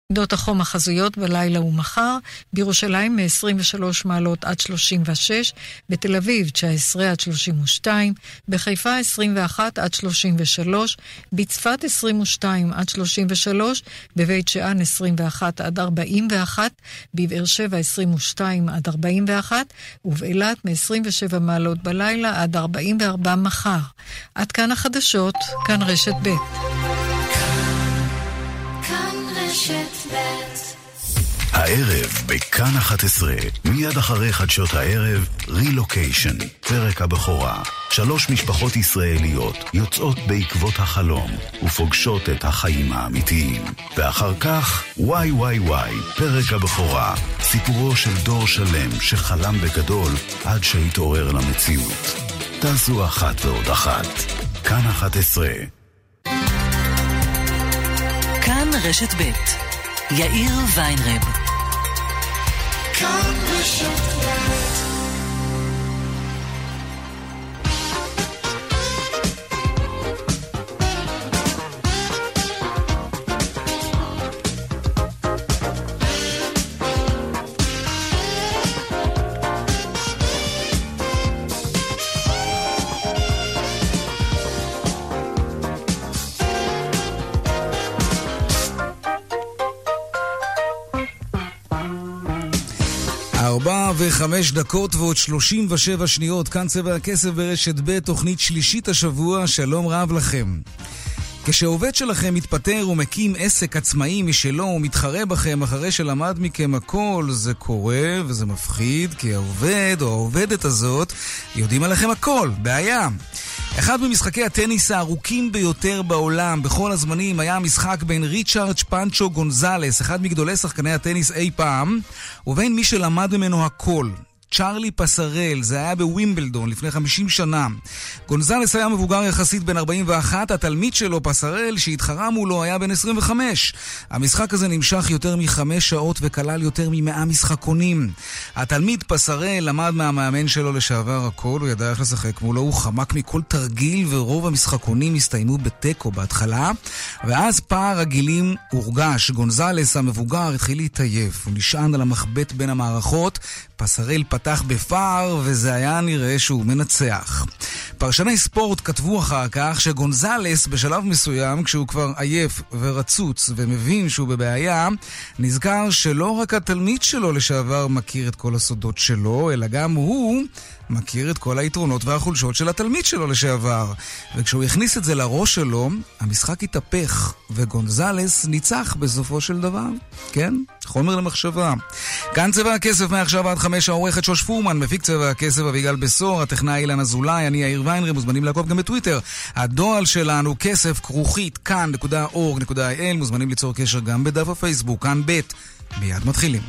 עמדות החום החזויות בלילה ומחר, בירושלים מ-23 מעלות עד 36, בתל אביב 19 עד 32, בחיפה 21 עד 33, בצפת 22 עד 33, בבית שאן 21 עד 41, בבאר שבע 22 עד 41, ובאילת מ-27 מעלות בלילה עד 44 מחר. עד כאן החדשות, כאן רשת ב'. הערב בכאן 11, מיד אחרי חדשות הערב, רילוקיישן, פרק הבכורה. 3 משפחות ישראליות יוצאות בעקבות החלום ופוגשות את החיים האמיתיים. ואחר כך, וואי וואי וואי, פרק הבכורה. סיפורו של דור שלם שחלם בגדול עד שהתעורר למציאות. תעשו אחת ועוד אחת. כאן 11. כאן רשת ב' יאיר ויינרב. כאן רשת ב'. ו5 דקות ועוד 37 שניות, כאן צבע הכסף ברשת ב', תוכנית שלישית השבוע, שלום רב לכם. כשעובד שלכם מתפטר ומקים עסק עצמאי משלו ומתחרה בכם אחרי שלמד מכם הכל, זה קורה וזה מפחיד, כי העובד או העובדת הזאת יודעים עליכם הכל, בעיה. אחד ממשחקי הטניס הארוכים ביותר בעולם בכל הזמנים היה המשחק בין ריצ'רד פנצ'ו גונזלס, אחד מגדולי שחקני הטניס אי פעם, ובין מי שלמד ממנו הכל, צ'רלי פסרל. זה היה בווימבלדון לפני 50 שנה. גונזלס היה מבוגר יחסית בן 41, התלמיד שלו פסרל שהתחרה מולו היה בן 25. המשחק הזה נמשך יותר מ5 שעות וכלל יותר מ100 משחקונים. התלמיד פסרל למד מהמאמן שלו לשעבר הכל, הוא ידע איך לשחק מולו, הוא חמק מכל תרגיל ורוב המשחקונים הסתיימו בטקו בהתחלה, ואז פער הגילים הורגש. גונזלס המבוגר התחיל להתעייף, הוא נשען על המחבט בין המערכות, פסרל פתח בפער וזה היה נראה שהוא מנצח. פרשני ספורט כתבו אחר כך שגונזלס בשלב מסוים, כשהוא כבר עייף ורצוץ ומבין שהוא בבעיה, נזכר שלא רק התלמיד שלו לשעבר מכיר את כל הסודות שלו, אלא גם הוא מכיר את כל היתרונות והחולשות של התלמיד שלו לשעבר. וכשהוא הכניס את זה לראש שלו, המשחק התהפך, וגונזלס ניצח בסופו של דבר. כן? חומר למחשבה. כאן צבע הכסף מעכשיו עד 5, העורכת שוש פורמן, מפיק צבע הכסף אביגל בסור, הטכנאי אילן אזולאי, אני יאיר ויינרב, מוזמנים לעקוב גם בטוויטר. הדואל שלנו כסף@כאן.org.il, מוזמנים ליצור קשר גם בדף הפייסבוק, כאן ב'. מיד מתחילים.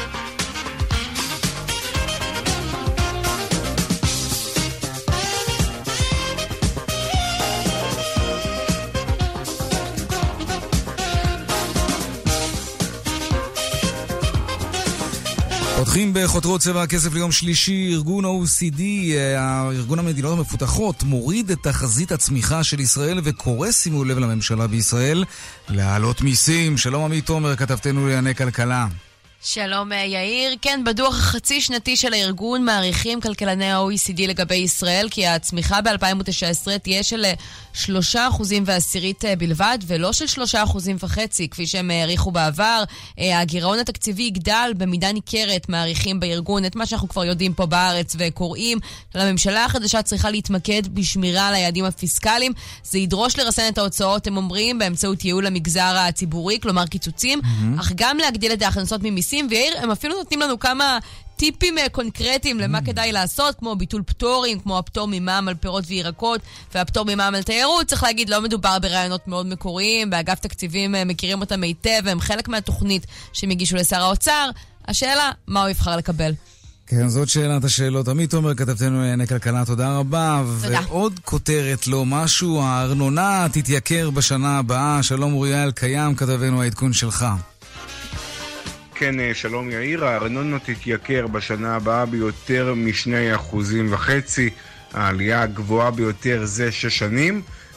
פותחים בחותרות צבע הכסף ליום שלישי. ארגון OECD, ארגון המדינות המפותחות, מוריד את תחזית הצמיחה של ישראל וקורא, שימו לב לממשלה בישראל, להעלות מיסים. שלום עמית תומר, כתבתנו לענייני כלכלה. שלום יאיר. כן, בדוח החצי שנתי של הארגון מעריכים כלכלני ה-OECD לגבי ישראל כי הצמיחה ב-2019 תהיה של 3.1% בלבד ולא של 3.5%, כפי שהם העריכו בעבר. הגירעון התקציבי יגדל במידה ניכרת, מעריכים בארגון, את מה שאנחנו כבר יודעים פה בארץ וקוראים. הממשלה החדשה צריכה להתמקד בשמירה על היעדים הפיסקליים. זה ידרוש לרסן את ההוצאות, הם אומרים, באמצעות ייעול המגזר הציבורי, כלומר קיצוצים, אך גם להגדיל את ההכנסות ממיסים. ויאיר, הם אפילו נותנים לנו כמה טיפים קונקרטיים למה כדאי לעשות, כמו ביטול פטורים, כמו הפטור ממע"מ על פירות וירקות והפטור ממע"מ על תיירות. צריך להגיד, לא מדובר ברעיונות מאוד מקוריים, באגף תקציבים מכירים אותם היטב, והם חלק מהתוכנית שהם הגישו לשר האוצר. השאלה, מה הוא יבחר לקבל? כן, זאת שאלת השאלות. עמית תומר, כתבתנו לענייני כלכלה, תודה רבה. תודה. ועוד כותרת, לא משהו, הארנונה תתייקר בשנה הבאה. שלום אוריאל קיים, כתבנו העדכון שלך. כן, שלום יאיר, הארנונה תתייקר בשנה הבאה ביותר מ2.5%, העלייה הגבוהה ביותר זה 6 שנים.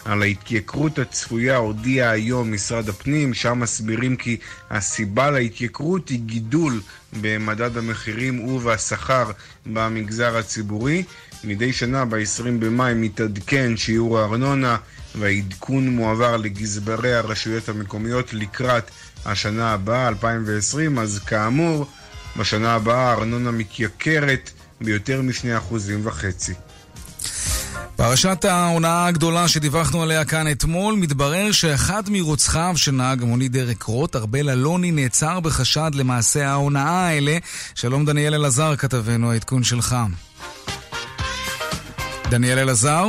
על ההתייקרות הצפויה הודיע היום משרד הפנים, שם מסבירים כי הסיבה להתייקרות היא גידול במדד המחירים ובשכר במגזר הציבורי. מדי שנה ב-20 במאי מתעדכן שיעור הארנונה, והעדכון מועבר לגזברי הרשויות המקומיות לקראת השנה הבאה, 2020, אז כאמור, בשנה הבאה הארנונה מתייקרת ביותר מ2.5%. פרשת ההונאה הגדולה שדיווחנו עליה כאן אתמול, מתברר שאחד מרוצחיו של נהג המונית דרק רוט, ארבל אלוני, נעצר בחשד למעשה ההונאה האלה. שלום דניאל אלעזר, כתבנו, העדכון שלך. דניאל אלעזר?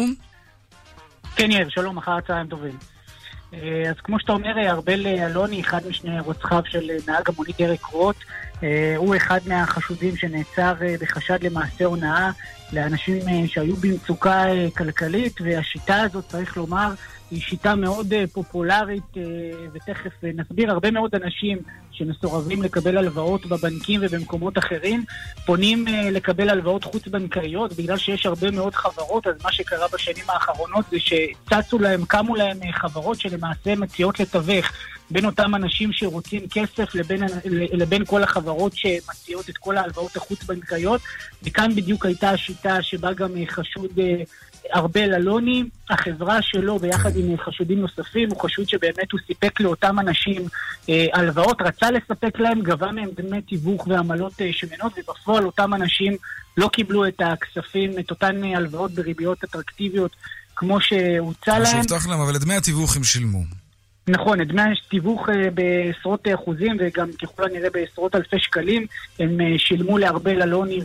כן, שלום, אחר הצהריים טובים. אז כמו שאתה אומר, ארבל אלוני, אחד משני רוצחיו של נהג המונית דרק רוט, הוא אחד מהחשודים שנעצר בחשד למעשה הונאה לאנשים שהיו במצוקה כלכלית, והשיטה הזאת, צריך לומר, היא שיטה מאוד פופולרית, ותכף נסביר. הרבה מאוד אנשים שמסורבים לקבל הלוואות בבנקים ובמקומות אחרים, פונים לקבל הלוואות חוץ-בנקאיות, בגלל שיש הרבה מאוד חברות. אז מה שקרה בשנים האחרונות זה שצצו להם, קמו להם חברות שלמעשה מציעות לתווך בין אותם אנשים שרוצים כסף לבין כל החברות שמציעות את כל ההלוואות החוץ-בנקאיות, וכאן בדיוק הייתה השיטה שבה גם חשוד ארבל אלוני. החברה שלו ביחד עם חשודים נוספים, הוא חשוד שבאמת הוא סיפק לאותם אנשים הלוואות, רצה לספק להם, גבה מהם דמי תיווך ועמלות שמנות, ובפועל אותם אנשים לא קיבלו את הכספים, את אותן הלוואות בריביות אטרקטיביות כמו שהוצע להם. שהובטח להם, אבל את דמי התיווך הם שילמו. נכון, את דמי התיווך בעשרות אחוזים וגם ככל הנראה בעשרות אלפי שקלים הם שילמו לארבל אלוני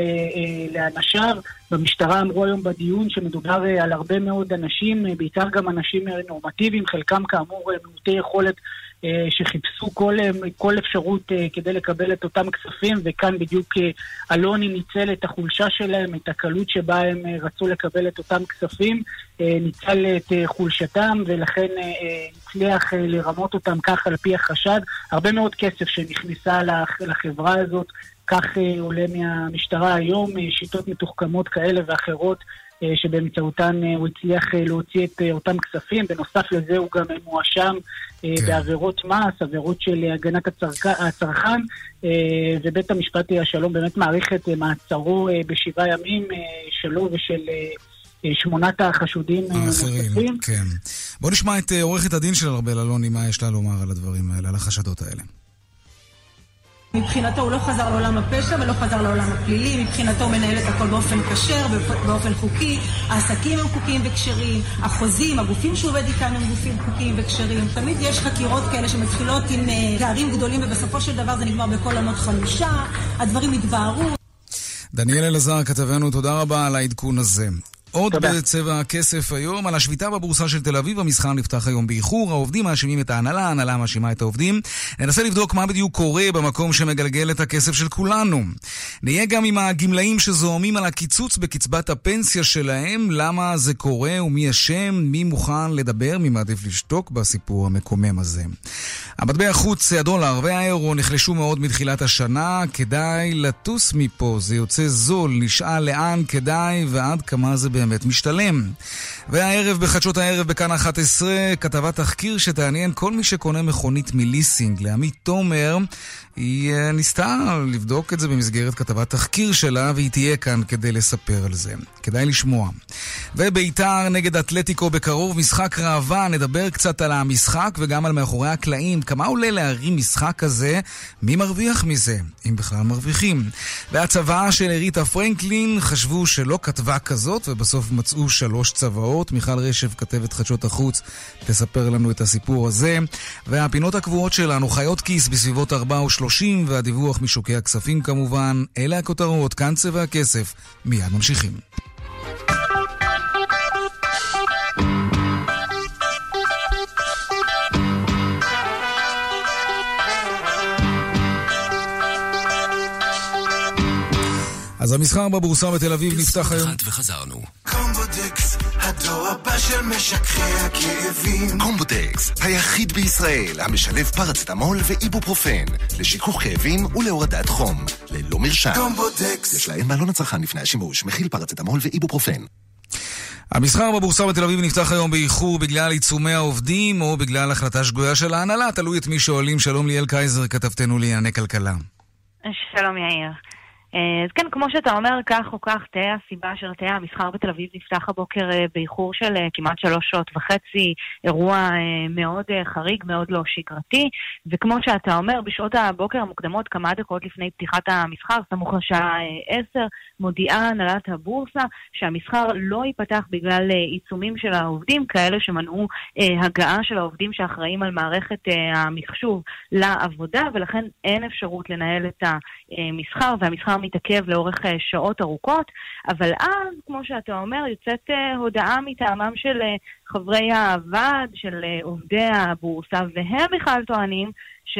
ולאנשיו. במשטרה אמרו היום בדיון שמדובר על הרבה מאוד אנשים, בעיקר גם אנשים נורמטיביים, חלקם כאמור מעוטי יכולת שחיפשו כל אפשרות כדי לקבל את אותם כספים, וכאן בדיוק אלוני ניצל את החולשה שלהם, את הקלות שבה הם רצו לקבל את אותם כספים, ניצל את חולשתם ולכן הצליח לרמות אותם כך על פי החשד. הרבה מאוד כסף שנכנסה לחברה הזאת, כך עולה מהמשטרה היום, שיטות מתוחכמות כאלה ואחרות שבאמצעותן הוא הצליח להוציא את אותם כספים. בנוסף לזה הוא גם מואשם בעבירות מס, עבירות של הגנת הצרכן, ובית המשפט השלום באמת מעריך את מעצרו ב7 ימים שלו ושל 8 החשודים נוספים. כן. בוא נשמע את עורכת הדין של ארבל אלוני, מה יש לה לומר על הדברים האלה, על החשדות האלה. מבחינתו הוא לא חזר לעולם הפשע ולא חזר לעולם הפלילי, מבחינתו הוא מנהל את הכל באופן כשר, באופן חוקי, העסקים הם חוקיים וכשרים, החוזים, הגופים שהוא עובד איתם הם גופים חוקיים וכשרים. תמיד יש חקירות כאלה שמתחילות עם תארים גדולים ובסופו של דבר זה נגמר בכל עונות 5, הדברים התבהרו. דניאל אלעזר, כתבנו, תודה רבה על העדכון הזה. עוד בצבע הכסף היום, על השביתה בבורסה של תל אביב, המסחר נפתח היום באיחור, העובדים מאשימים את ההנהלה, ההנהלה מאשימה את העובדים. ננסה לבדוק מה בדיוק קורה במקום שמגלגל את הכסף של כולנו. נהיה גם עם הגמלאים שזוהמים על הקיצוץ בקצבת הפנסיה שלהם, למה זה קורה ומי אשם, מי מוכן לדבר, מי מעדיף לשתוק בסיפור המקומם הזה. המטבע חוץ, הדולר והאירו נחלשו מאוד מתחילת השנה, כדאי לטוס מפה, זה יוצא זול, נשאל לאן כדאי ועד כמה זה באמת משתלם. והערב בחדשות הערב בכאן 11 כתבת תחקיר שתעניין כל מי שקונה מכונית מליסינג. לעמית תומר, היא ניסתה לבדוק את זה במסגרת כתבת תחקיר שלה והיא תהיה כאן כדי לספר על זה. כדאי לשמוע. וביתר נגד אתלטיקו בקרוב, משחק ראווה, נדבר קצת על המשחק וגם על מאחורי הקלעים, כמה עולה להרים משחק כזה, מי מרוויח מזה, אם בכלל מרוויחים. והצוואה של ריטה פרנקלין, חשבו שלא כתבה כזאת ובסוף מצאו 3 צוואות. מיכל רשב, כתבת חדשות החוץ, תספר לנו את הסיפור הזה. והפינות הקבועות שלנו, חיות כיס בסביבות 4:30 והדיווח משוקי הכספים כמובן. אלה הכותרות, כאן צבע הכסף, מיד ממשיכים. אז המסחר בבורסה בתל אביב נפתח היום. וחזרנו. קומבודקס, הדור הבא של משככי הכאבים. קומבודקס, היחיד בישראל המשלב פרצטמול ואיבופרופן לשיכוך כאבים ולהורדת חום, ללא מרשם. קומבודקס. יש להם מעלון הצרכן לפני השימוש, מכיל פרצטמול ואיבופרופן. המסחר בבורסה בתל אביב נפתח היום באיחור בגלל עיצומי העובדים או בגלל החלטה שגויה של ההנהלה, תלוי את מי שואלים. שלום ליאל קייזר, כתבתנו לענייני כלכלה. שלום יאיר. אז כן, כמו שאתה אומר, כך או כך תהיה הסיבה של המסחר בתל אביב נפתח הבוקר באיחור של כמעט 3.5 שעות, אירוע מאוד חריג, מאוד לא שגרתי, וכמו שאתה אומר, בשעות הבוקר המוקדמות, כמה דקות לפני פתיחת המסחר, סמוך לשעה 10, מודיעה הנהלת הבורסה שהמסחר לא ייפתח בגלל עיצומים של העובדים, כאלה שמנעו הגעה של העובדים שאחראים על מערכת המחשוב לעבודה, ולכן אין אפשרות לנהל את המסחר, והמסחר מתעכב לאורך שעות ארוכות, אבל אז, כמו שאתה אומר, יוצאת הודעה מטעמם של חברי הוועד, של עובדי הבורסה, והם בכלל טוענים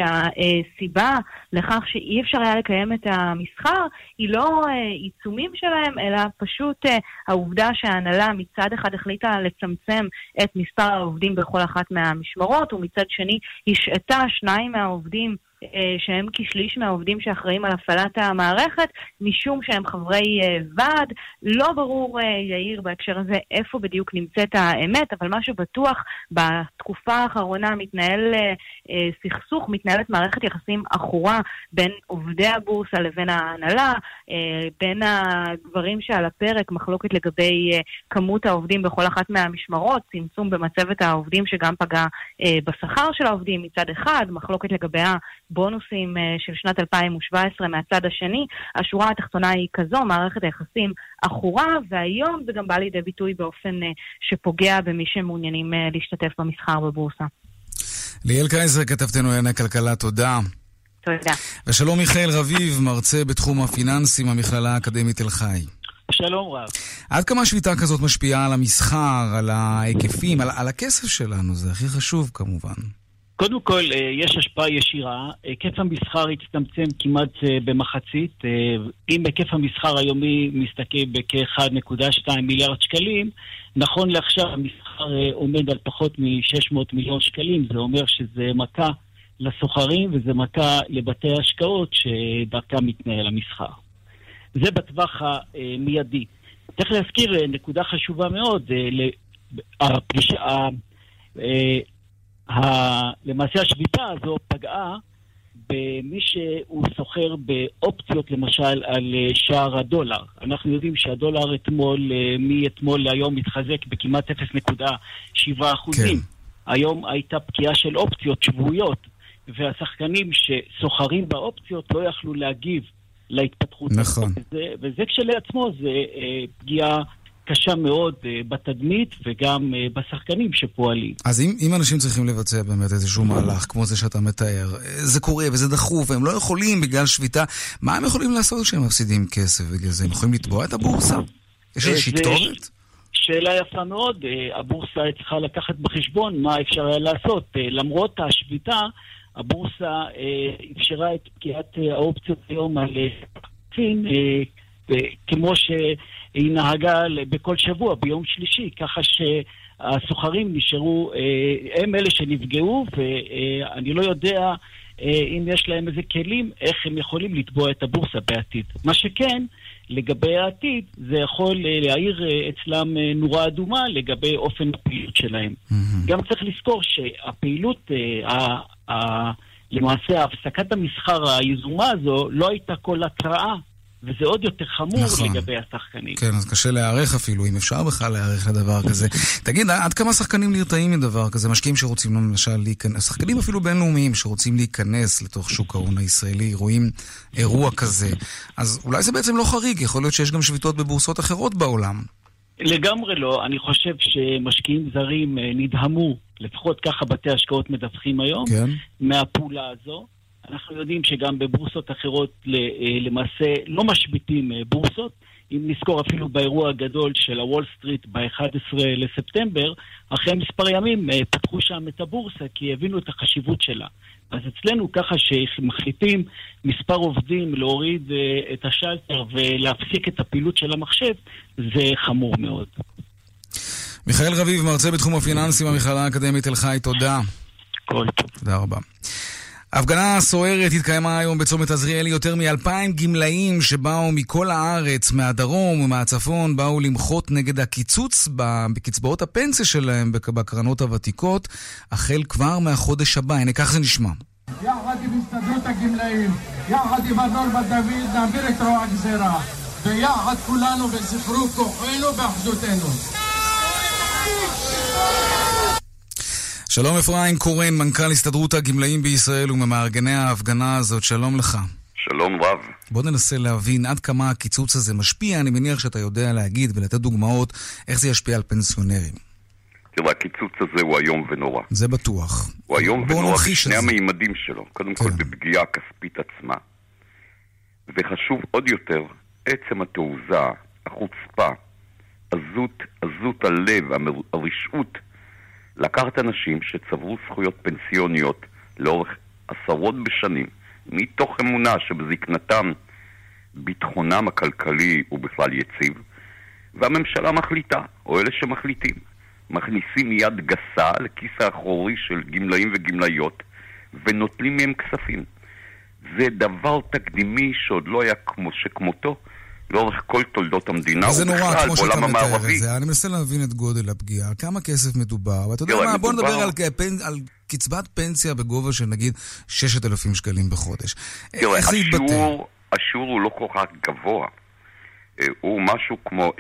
שהסיבה לכך שאי אפשר היה לקיים את המסחר היא לא עיצומים שלהם, אלא פשוט העובדה שההנהלה מצד אחד החליטה לצמצם את מספר העובדים בכל אחת מהמשמרות, ומצד שני השעתה 2 מהעובדים שהם כשליש מהעובדים שאחראים על הפעלת המערכת, משום שהם חברי ועד. לא ברור, יאיר, בהקשר הזה איפה בדיוק נמצאת האמת, אבל מה שבטוח, בתקופה האחרונה מתנהל סכסוך, מתנהלת מערכת יחסים אחורה בין עובדי הבורסה לבין ההנהלה, בין הגברים שעל הפרק, מחלוקת לגבי כמות העובדים בכל אחת מהמשמרות, צמצום במצבת העובדים שגם פגע בשכר של העובדים מצד אחד, מחלוקת לגבי בונוסים של שנת 2017 מהצד השני. השורה התחתונה היא כזו, מערכת היחסים אחורה, והיום זה גם בא לידי ביטוי באופן שפוגע במי שמעוניינים להשתתף במסחר בבורסה. ליאל קייזר, כתבתנו לענייני כלכלה, תודה. תודה. ושלום מיכאל רביב, מרצה בתחום הפיננסים, המכללה האקדמית תל חי. שלום רב. עד כמה שביתה כזאת משפיעה על המסחר, על ההיקפים, על הכסף שלנו? זה הכי חשוב כמובן. קודם כל, יש השפעה ישירה. היקף המסחר הצטמצם כמעט במחצית. אם היקף המסחר היומי מסתכל בכ-1.2 מיליארד שקלים, נכון לעכשיו המסחר עומד על פחות מ-600 מיליון שקלים. זה אומר שזה מכה לסוחרים וזה מכה לבתי השקעות שדרכם מתנהל המסחר. זה בטווח המיידי. צריך להזכיר נקודה חשובה מאוד. למעשה השביתה הזו פגעה במי שהוא סוחר באופציות, למשל על שער הדולר. אנחנו יודעים שהדולר מאתמול להיום מתחזק בכמעט 0.7%. כן. היום הייתה פקיעה של אופציות שבועיות, והשחקנים שסוחרים באופציות לא יכלו להגיב להתפתחות. נכון. וזה כשלעצמו זה פגיעה קשה מאוד בתדמית וגם בשחקנים שפועלים. אז אם אנשים צריכים לבצע באמת איזשהו מהלך כמו זה שאתה מתאר, זה קורה וזה דחוף והם לא יכולים בגלל שביתה, מה הם יכולים לעשות כשהם מפסידים כסף בגלל זה? הם יכולים לתבוע את הבורסה? יש איזושהי כתובת? שאלה יפה מאוד. הבורסה צריכה לקחת בחשבון מה אפשר היה לעשות. למרות השביתה, הבורסה אפשרה את פקיעת האופציות היום על פין, כמו שהיא נהגה בכל שבוע ביום שלישי, ככה שהסוחרים נשארו, הם אלה שנפגעו, ואני לא יודע אם יש להם איזה כלים, איך הם יכולים לתבוע את הבורסה בעתיד. מה שכן, לגבי העתיד, זה יכול להעיר אצלם נורה אדומה לגבי אופן הפעילות שלהם. גם צריך לזכור שהפעילות, למעשה הפסקת המסחר היזומה הזו, לא הייתה כל התראה, וזה עוד יותר חמור לגבי השחקנים. כן, אז קשה להיערך אפילו, אם אפשר בכלל להיערך לדבר כזה. תגיד, עד כמה שחקנים נרתעים מדבר כזה? משקיעים שרוצים למשל להיכנס, שחקנים אפילו בינלאומיים שרוצים להיכנס לתוך שוק ההון הישראלי, רואים אירוע כזה. אז אולי זה בעצם לא חריג, יכול להיות שיש גם שביתות בבורסות אחרות בעולם. לגמרי לא. אני חושב שמשקיעים זרים נדהמו, לפחות ככה בתי השקעות מדווחים היום, כן. מהפעולה הזו. אנחנו יודעים שגם בבורסות אחרות למעשה לא משביתים בורסות. אם נזכור אפילו באירוע הגדול של הוול סטריט ב-11 לספטמבר, אחרי מספר ימים פתחו שם את הבורסה כי הבינו את החשיבות שלה. אז אצלנו ככה שמחליטים מספר עובדים להוריד את השלטר ולהפסיק את הפעילות של המחשב, זה חמור מאוד. מיכאל רביב, מרצה בתחום הפיננסים במכללה האקדמית תל חי, תודה. כל טוב. תודה רבה. ההפגנה הסוערת התקיימה היום בצומת עזריאלי. יותר מ-2,000 גמלאים שבאו מכל הארץ, מהדרום ומהצפון, באו למחות נגד הקיצוץ בקצבאות הפנסיה שלהם בקרנות הוותיקות, החל כבר מהחודש הבא. הנה, כך זה נשמע. יחד עם הסתדרות הגמלאים, יחד עם הנור בדוד, נעביר את רוע הגזרה, ויחד כולנו בזכרו כוחנו באחדותנו. שלום אפרים קורן, מנכ"ל הסתדרות הגמלאים בישראל וממארגני ההפגנה הזאת, שלום לך. שלום רב. בוא ננסה להבין עד כמה הקיצוץ הזה משפיע. אני מניח שאתה יודע להגיד ולתת דוגמאות איך זה ישפיע על פנסיונרים. תראה, הקיצוץ הזה הוא היום ונורא. זה בטוח. הוא היום ונורא בשני המימדים שלו. קודם כל בפגיעה הכספית עצמה. וחשוב עוד יותר, עצם התעוזה, החוצפה, עזות הלב, הרשעות, לקחת אנשים שצברו זכויות פנסיוניות לאורך עשרות בשנים, מתוך אמונה שבזקנתם ביטחונם הכלכלי הוא בכלל יציב, והממשלה מחליטה, או אלה שמחליטים, מכניסים יד גסה לכיס האחורי של גמלאים וגמלאיות, ונוטלים מהם כספים. זה דבר תקדימי שעוד לא היה שכמותו, לאורך כל תולדות המדינה ובכלל בעולם המערבי. אני מנסה להבין את גודל הפגיעה, כמה כסף מדובר, ואתה יודע מה, בוא נדבר על קצבת פנסיה בגובה של נגיד 6,000 שקלים בחודש. איך זה יתבטא? השיעור הוא לא כל כך גבוה, הוא משהו כמו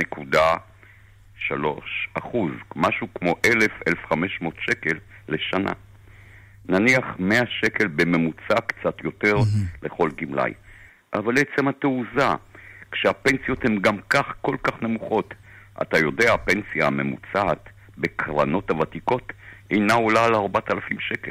1.3%, משהו כמו 1,500 שקל לשנה. נניח 100 שקל בממוצע קצת יותר לכל גמלאי. אבל עצם התעוזה, כשהפנסיות הן גם כך כל כך נמוכות, אתה יודע, הפנסיה הממוצעת בקרנות הוותיקות אינה עולה על 4,000 שקל.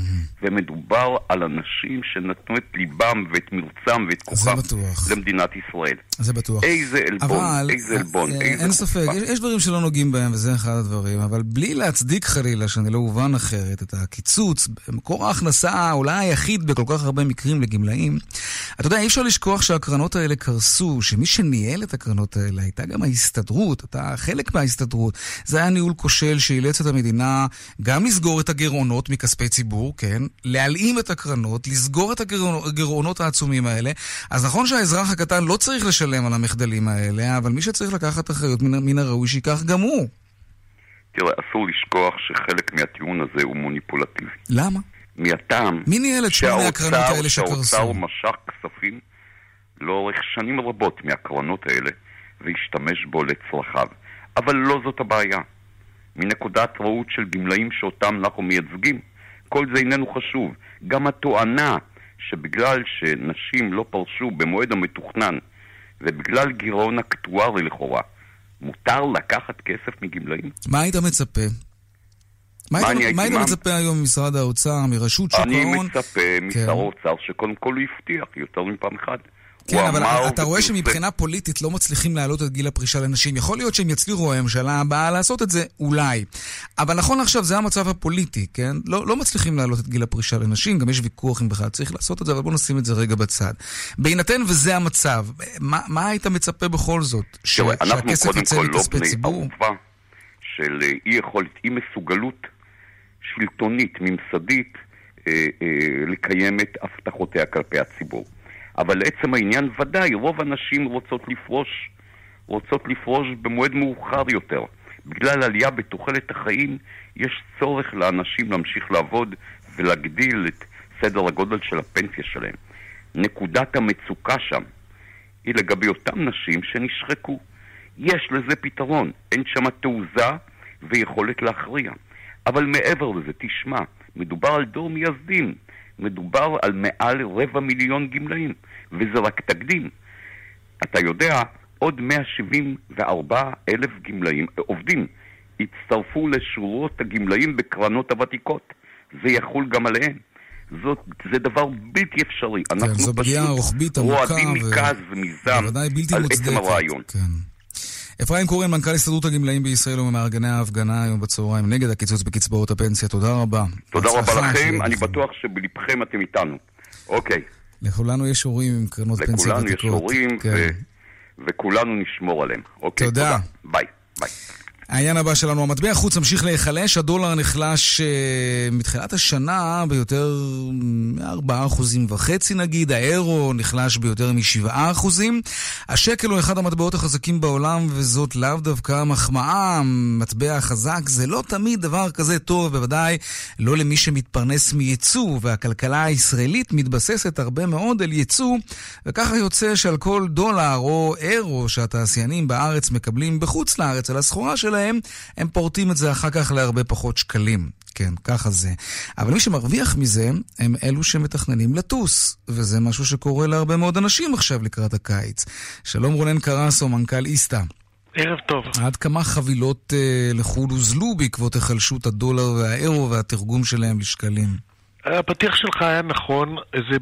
ומדובר על אנשים שנתנו את ליבם ואת מרצם ואת כוחם למדינת ישראל. זה בטוח. איזה אלבון, איזה אלבון. אין ספק, יש דברים שלא נוגעים בהם וזה אחד הדברים, אבל בלי להצדיק חלילה שאני לא הובן אחרת את הקיצוץ, מקור ההכנסה אולי היחיד בכל כך הרבה מקרים לגמלאים. אתה יודע, אי אפשר לשכוח שהקרנות האלה קרסו, שמי שניהל את הקרנות האלה הייתה גם ההסתדרות, אתה חלק מההסתדרות. זה היה ניהול כושל שאילץ את המדינה גם לסגור את הגירעונות מכספי ציבור, כן? להלאים את הקרנות, לסגור את הגירעונות העצומים האלה. אז נכון שהאזרח הקטן לא צריך לשלם על המחדלים האלה, אבל מי שצריך לקחת אחריות מן הראוי שיקח גם הוא. תראה, אסור לשכוח שחלק מהטיעון הזה הוא מוניפולטיבי. למה? מהטעם מי ניהל את שני הקרנות האלה שקרסו? שהאוצר משך כספים לאורך שנים רבות מהקרנות האלה והשתמש בו לצרכיו. אבל לא זאת הבעיה. מנקודת ראות של גמלאים שאותם אנחנו מייצגים, כל זה איננו חשוב. גם התואנה שבגלל שנשים לא פרשו במועד המתוכנן ובגלל גירעון אקטוארי לכאורה, מותר לקחת כסף מגמלאים? מה היית מצפה? מה היית מצפה היום ממשרד האוצר, מרשות שוק ההון? אני מצפה משר האוצר שקודם כל הוא הבטיח יותר מפעם אחת. כן, אבל אתה רואה שמבחינה פוליטית לא מצליחים להעלות את גיל הפרישה לנשים. יכול להיות שהם יצליחו הממשלה הבאה לעשות את זה, אולי. אבל נכון עכשיו זה המצב הפוליטי, כן? לא מצליחים להעלות את גיל הפרישה לנשים, גם יש ויכוח אם בכלל צריך לעשות את זה, אבל בוא נשים את זה רגע בצד. בהינתן וזה המצב, מה היית מצפה בכל זאת? שהכסף יצא מכספי ציבור? אנחנו קודם כל לא בני ערובה של אי יכולת, אי מסוגלות שלטונית, ממסדית, לקיים את הבטחותיה כלפי הציבור. אבל לעצם העניין ודאי, רוב הנשים רוצות לפרוש במועד מאוחר יותר. בגלל עלייה בתוחלת החיים, יש צורך לאנשים להמשיך לעבוד ולהגדיל את סדר הגודל של הפנסיה שלהם. נקודת המצוקה שם היא לגבי אותם נשים שנשחקו. יש לזה פתרון, אין שם תעוזה ויכולת להכריע. אבל מעבר לזה, תשמע, מדובר על דור מייסדים. מדובר על מעל 250,000 גמלאים, וזה רק תקדים. אתה יודע, עוד 174,000 גמלאים, עובדים, הצטרפו לשורות הגמלאים בקרנות הוותיקות. זה יחול גם עליהם. זה דבר בלתי אפשרי. אנחנו פשוט רועדים מכעס ומזעם על עצם הרעיון. אפרים קורן, מנכ"ל הסתדרות הגמלאים בישראל ומארגני ההפגנה היום בצהריים נגד הקיצוץ בקצבאות הפנסיה. תודה רבה. תודה רבה לכם, אני בטוח שבלבכם אתם איתנו. אוקיי. לכולנו יש הורים עם קרנות פנסיה ותיקות. לכולנו יש הורים וכולנו נשמור עליהם. תודה. ביי. העניין הבא שלנו, המטבע החוץ המשיך להיחלש, הדולר נחלש מתחילת השנה ביותר 4.5% נגיד, האירו נחלש ביותר מ7%. השקל הוא אחד המטבעות החזקים בעולם, וזאת לאו דווקא מחמאה. מטבע חזק זה לא תמיד דבר כזה טוב, בוודאי לא למי שמתפרנס מייצוא, והכלכלה הישראלית מתבססת הרבה מאוד על ייצוא, וככה יוצא שעל כל דולר או אירו שהתעשיינים בארץ מקבלים בחוץ לארץ על הסחורה שלהם, הם פורטים את זה אחר כך להרבה פחות שקלים. כן, ככה זה. אבל מי שמרוויח מזה הם אלו שמתכננים לטוס, וזה משהו שקורה להרבה מאוד אנשים עכשיו לקראת הקיץ. שלום רונן קרסו, מנכ"ל איסתא. ערב טוב. עד כמה חבילות לחו"ל הוזלו בעקבות החלשות הדולר והאירו והתרגום שלהם לשקלים? הפתיח שלך היה נכון,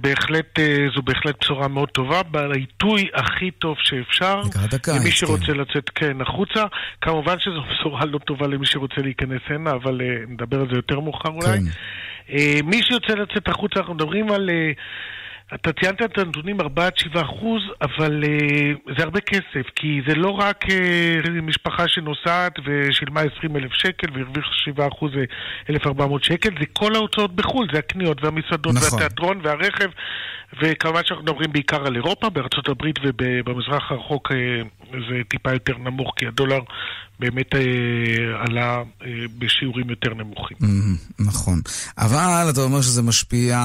זו בהחלט בשורה מאוד טובה, בעיתוי הכי טוב שאפשר, למי שרוצה לצאת החוצה. כמובן שזו בשורה לא טובה למי שרוצה להיכנס הנה, אבל נדבר על זה יותר מאוחר אולי. מי שיוצא לצאת החוצה, אנחנו מדברים על... אתה ציינת את הנתונים 4-7%, אבל זה הרבה כסף, כי זה לא רק משפחה שנוסעת ושילמה 20,000 שקל והרוויח 7%, 1,400 שקל, זה כל ההוצאות בחול, זה הקניות והמסעדות והתיאטרון והרכב, וכמובן שאנחנו מדברים בעיקר על אירופה, בארצות הברית ובמזרח הרחוק זה טיפה יותר נמוך, כי הדולר באמת עלה בשיעורים יותר נמוכים. נכון. אבל אתה אומר שזה משפיע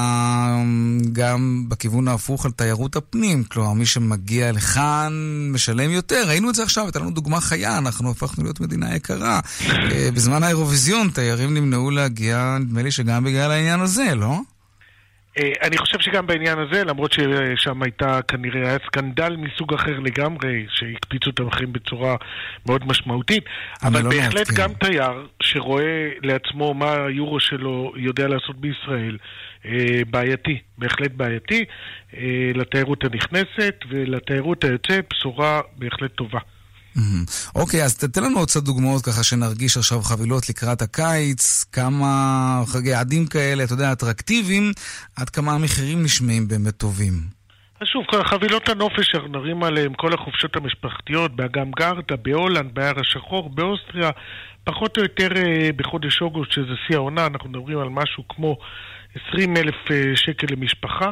גם בכיוון ההפוך על תיירות הפנים, כלומר מי שמגיע לכאן משלם יותר. ראינו את זה עכשיו, הייתה לנו דוגמה חיה, אנחנו הפכנו להיות מדינה יקרה. בזמן האירוויזיון תיירים נמנעו להגיע, נדמה לי שגם בגלל העניין הזה, לא? אני חושב שגם בעניין הזה, למרות ששם הייתה כנראה היה סקנדל מסוג אחר לגמרי, שהקפיצו את המחירים בצורה מאוד משמעותית, אבל בהחלט גם תייר שרואה לעצמו מה היורו שלו יודע לעשות בישראל, בעייתי, בהחלט בעייתי, לתיירות הנכנסת ולתיירות היוצאת, בשורה בהחלט טובה. אוקיי, אז תתן לנו עוד קצת דוגמאות ככה שנרגיש עכשיו חבילות לקראת הקיץ, כמה יעדים כאלה, אתה יודע, אטרקטיביים, עד כמה המחירים נשמעים באמת טובים. אז שוב, חבילות הנופש שאנחנו נראים עליהם, כל החופשות המשפחתיות, באגם גרדה, בהולנד, ביער השחור, באוסטריה, פחות או יותר בחודש אוגוסט, שזה שיא העונה, אנחנו מדברים על משהו כמו 20,000 שקל למשפחה,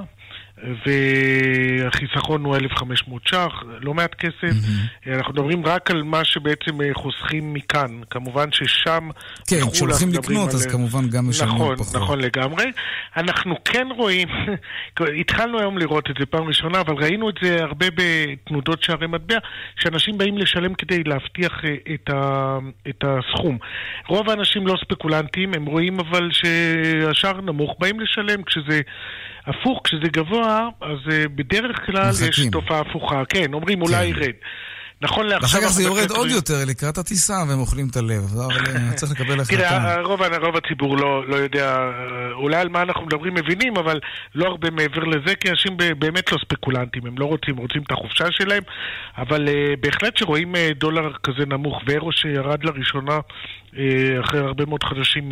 והחיסכון הוא 1,500 ש"ח, לא מעט כסף. אנחנו מדברים רק על מה שבעצם חוסכים מכאן. כמובן ששם... כן, כשהולכים לקנות, אז כמובן גם משלמים פחות. נכון לגמרי. אנחנו כן רואים, התחלנו היום לראות את זה פעם ראשונה, אבל ראינו את זה הרבה בתנודות שערי מטבע, שאנשים באים לשלם כדי להבטיח את הסכום. רוב האנשים לא ספקולנטים, הם רואים אבל שהשער נמוך, באים לשלם כשזה הפוך, כשזה גבוה, אז בדרך כלל יש תופעה הפוכה. כן, אומרים אולי ירד. נכון לעכשיו... ואחר כך זה יורד עוד יותר לקראת הטיסה, והם אוכלים את הלב. אבל צריך לקבל החלטה. תראה, רוב הציבור לא יודע, אולי על מה אנחנו מדברים מבינים, אבל לא הרבה מעבר לזה, כי אנשים באמת לא ספקולנטים, הם לא רוצים את החופשה שלהם, אבל בהחלט שרואים דולר כזה נמוך, ואירו שירד לראשונה אחרי הרבה מאוד חדשים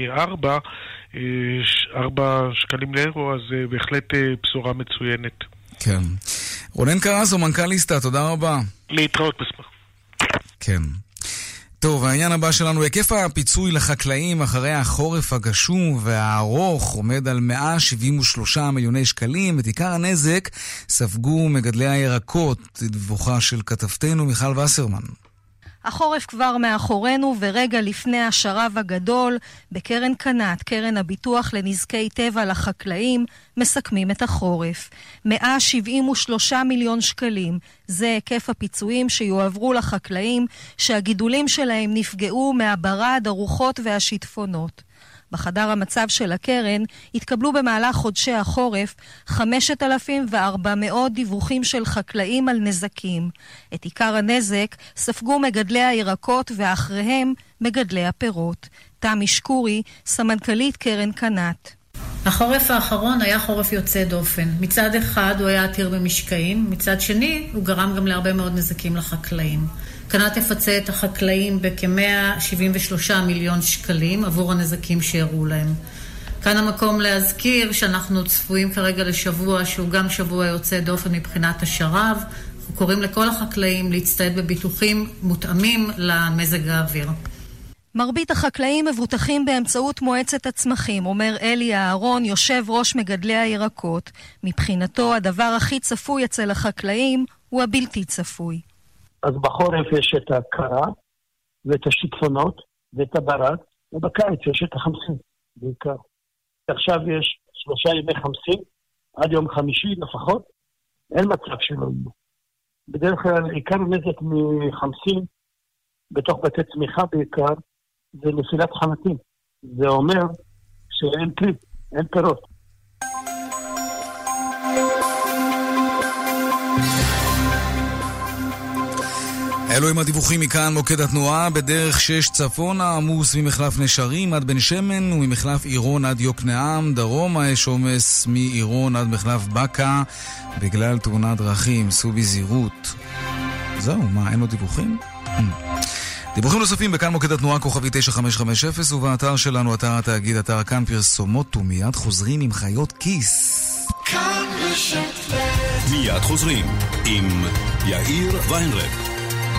מ4 שקלים לאירו, אז בהחלט בשורה מצוינת. כן. רונן קרסו, מנכ"ל איסתא, תודה רבה. להתראות בשמח. כן. טוב, העניין הבא שלנו, היקף הפיצוי לחקלאים אחרי החורף הגשום והארוך עומד על 173 מיליוני שקלים. את עיקר הנזק ספגו מגדלי הירקות, דיווחה של כתבתנו מיכל וסרמן. החורף כבר מאחורינו ורגע לפני השרב הגדול, בקרן קנת, קרן הביטוח לנזקי טבע לחקלאים, מסכמים את החורף. 173 מיליון שקלים, זה היקף הפיצויים שיועברו לחקלאים שהגידולים שלהם נפגעו מהברד, הרוחות והשיטפונות. בחדר המצב של הקרן התקבלו במהלך חודשי החורף 5,400 דיווחים של חקלאים על נזקים. את עיקר הנזק ספגו מגדלי הירקות ואחריהם מגדלי הפירות. תמי שקורי, סמנכ"לית קרן קנת. החורף האחרון היה חורף יוצא דופן. מצד אחד הוא היה עתיר במשקעים, מצד שני הוא גרם גם להרבה מאוד נזקים לחקלאים. קנת יפצה את החקלאים בכ-173 מיליון שקלים עבור הנזקים שהראו להם. כאן המקום להזכיר שאנחנו צפויים כרגע לשבוע שהוא גם שבוע יוצא דופן מבחינת השרב, קוראים לכל החקלאים להצטייד בביטוחים מותאמים למזג האוויר. מרבית החקלאים מבוטחים באמצעות מועצת הצמחים, אומר אלי אהרון, יושב ראש מגדלי הירקות. מבחינתו, הדבר הכי צפוי אצל החקלאים הוא הבלתי צפוי. אז בחורף יש את הקרה, ואת השיטפונות, ואת הברד, ובקיץ יש את החמסים, בעיקר. עכשיו יש 3 ימי חמסים, עד יום חמישי לפחות, אין מצב שלא יהיו. בדרך כלל, עיקר נזק מחמסים, בתוך בתי צמיחה בעיקר, זה נפילת חמתים. זה אומר שאין כלי, אין פירות. אלו עם הדיווחים מכאן מוקד התנועה. בדרך 6 צפונה עמוס ממחלף נשרים עד בן שמן וממחלף עירון עד יוקנעם. דרומה יש עומס מעירון עד מחלף בקה בגלל תאונת דרכים. סעו בזהירות. זהו, מה, אין לו דיווחים? דיווחים נוספים בכאן מוקד התנועה כוכבי 9550 ובאתר שלנו, אתר התאגיד, אתר כאן פרסומות, ומיד חוזרים עם חיות כיס. מיד חוזרים עם יאיר ויינרב.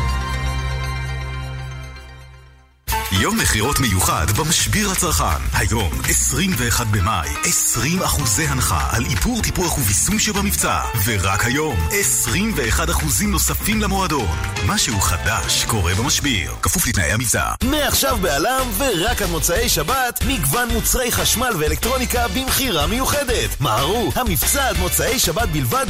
יום מחירות מיוחד במשביר לצרכן. היום, 21 במאי, 20% הנחה על איפור, טיפוח וביסום שבמבצע. ורק היום, 21% נוספים למועדון. משהו חדש קורה במשביר, כפוף לתנאי המבצע. מעכשיו בעלם ורק עד מוצאי שבת, מגוון מוצרי חשמל ואלקטרוניקה במחירה מיוחדת. מהרו, המבצע עד מוצאי שבת בלבד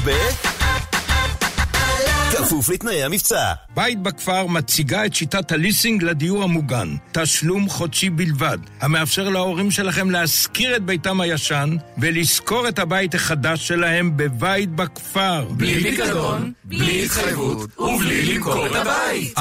כפוף לתנאי המבצע. בית בכפר מציגה את שיטת הליסינג לדיור המוגן. תשלום חודשי בלבד, המאפשר להורים שלכם להשכיר את ביתם הישן ולזכור את הבית החדש שלהם בבית בכפר. בלי פיקדון, בלי התחייבות ובלי למכור את הבית.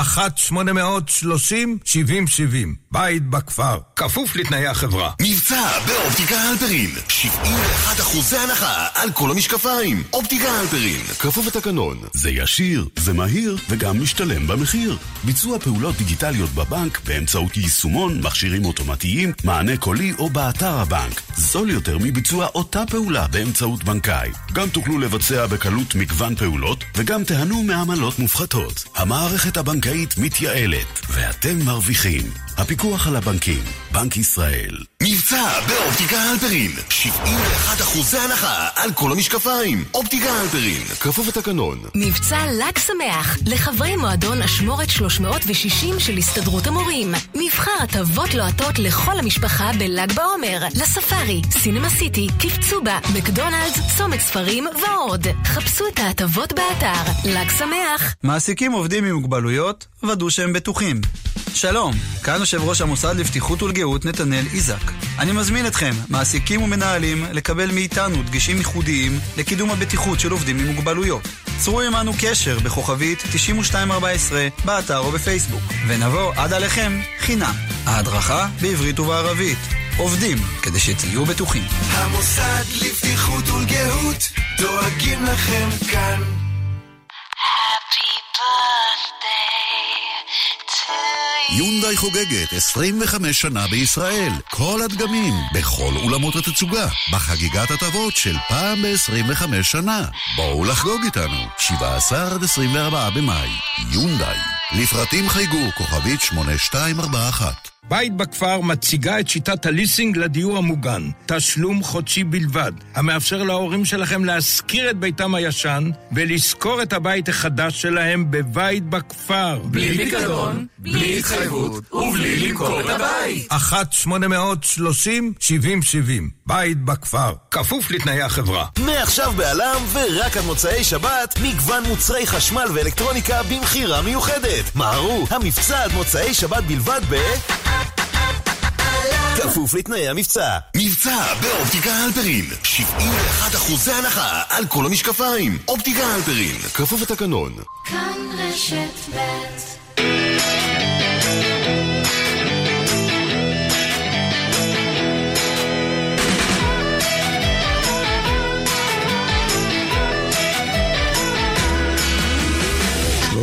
1-830-7070. בית בכפר, כפוף לתנאי החברה. מבצע באופטיקה הלפרין, 71% הנחה על כל המשקפיים. אופטיקה הלפרין, כפוף לתקנון. זה ישיר, זה מהיר וגם משתלם במחיר. ביצוע פעולות דיגיטליות בבנק באמצעות יישומון, מכשירים אוטומטיים, מענה קולי או באתר הבנק. זול יותר מביצוע אותה פעולה באמצעות בנקאי. גם תוכלו לבצע בקלות מגוון פעולות וגם תהנו מעמלות מופחתות. המערכת הבנקאית מתייעלת ואתם מרוויחים. הפיקוח על הבנקים, בנק ישראל. מבצע באופטיקה הלפרין, 71% הנחה על כל המשקפיים. אופטיקה הלפרין, כפוף לתקנון. מבצע לג שמח לחברי מועדון אשמורת 360 של הסתדרות המורים. מבחר הטבות לוהטות לכל המשפחה בלג בעומר, לספארי, סינמה סיטי, קפצובה, מקדונלדס, צומת ספרים ועוד. חפשו את ההטבות באתר לג שמח. מעסיקים עובדים עם מוגבלויות, ודאו שהם בטוחים. שלום, כאן יושב ראש המוסד לבטיחות ולגהות נתנאל איזק. אני מזמין אתכם, מעסיקים ומנהלים, לקבל מאיתנו דגשים ייחודיים לקידום הבטיחות של עובדים עם מוגבלויות. צרו עמנו קשר בכוכבית 9214 באתר או בפייסבוק, ונבוא עד עליכם חינם. ההדרכה בעברית ובערבית. עובדים כדי שתהיו בטוחים. המוסד לבטיחות ולגהות דואגים לכם כאן. יונדאי חוגגת 25 שנה בישראל. כל הדגמים, בכל אולמות התצוגה, בחגיגת הטבות של פעם ב-25 שנה. בואו לחגוג איתנו, 17-24 במאי. יונדאי. לפרטים חייגו כוכבית 8241. בית בכפר מציגה את שיטת הליסינג לדיור המוגן. תשלום חודשי בלבד, המאפשר להורים שלכם להשכיר את ביתם הישן ולזכור את הבית החדש שלהם בבית בכפר. בלי פיקדון, בלי התחייבות ובלי למכור את הבית. 1-830-7070. בית בכפר, כפוף לתנאי החברה. מעכשיו בעלם ורק עד מוצאי שבת, מגוון מוצרי חשמל ואלקטרוניקה במחירה מיוחדת. מהרו, המבצע עד מוצאי שבת בלבד כפוף לתנאי המבצע. מבצע באופטיקה הלפרין, 71% הנחה על כל המשקפיים. אופטיקה הלפרין, כפוף לתקנון. כאן רשת ב'.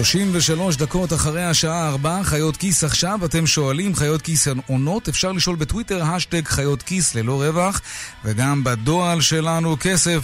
33 דקות אחרי השעה 4, חיות כיס עכשיו. אתם שואלים, חיות כיס עונות. אפשר לשאול בטוויטר, השטג חיות כיס ללא רווח, וגם בדואל שלנו,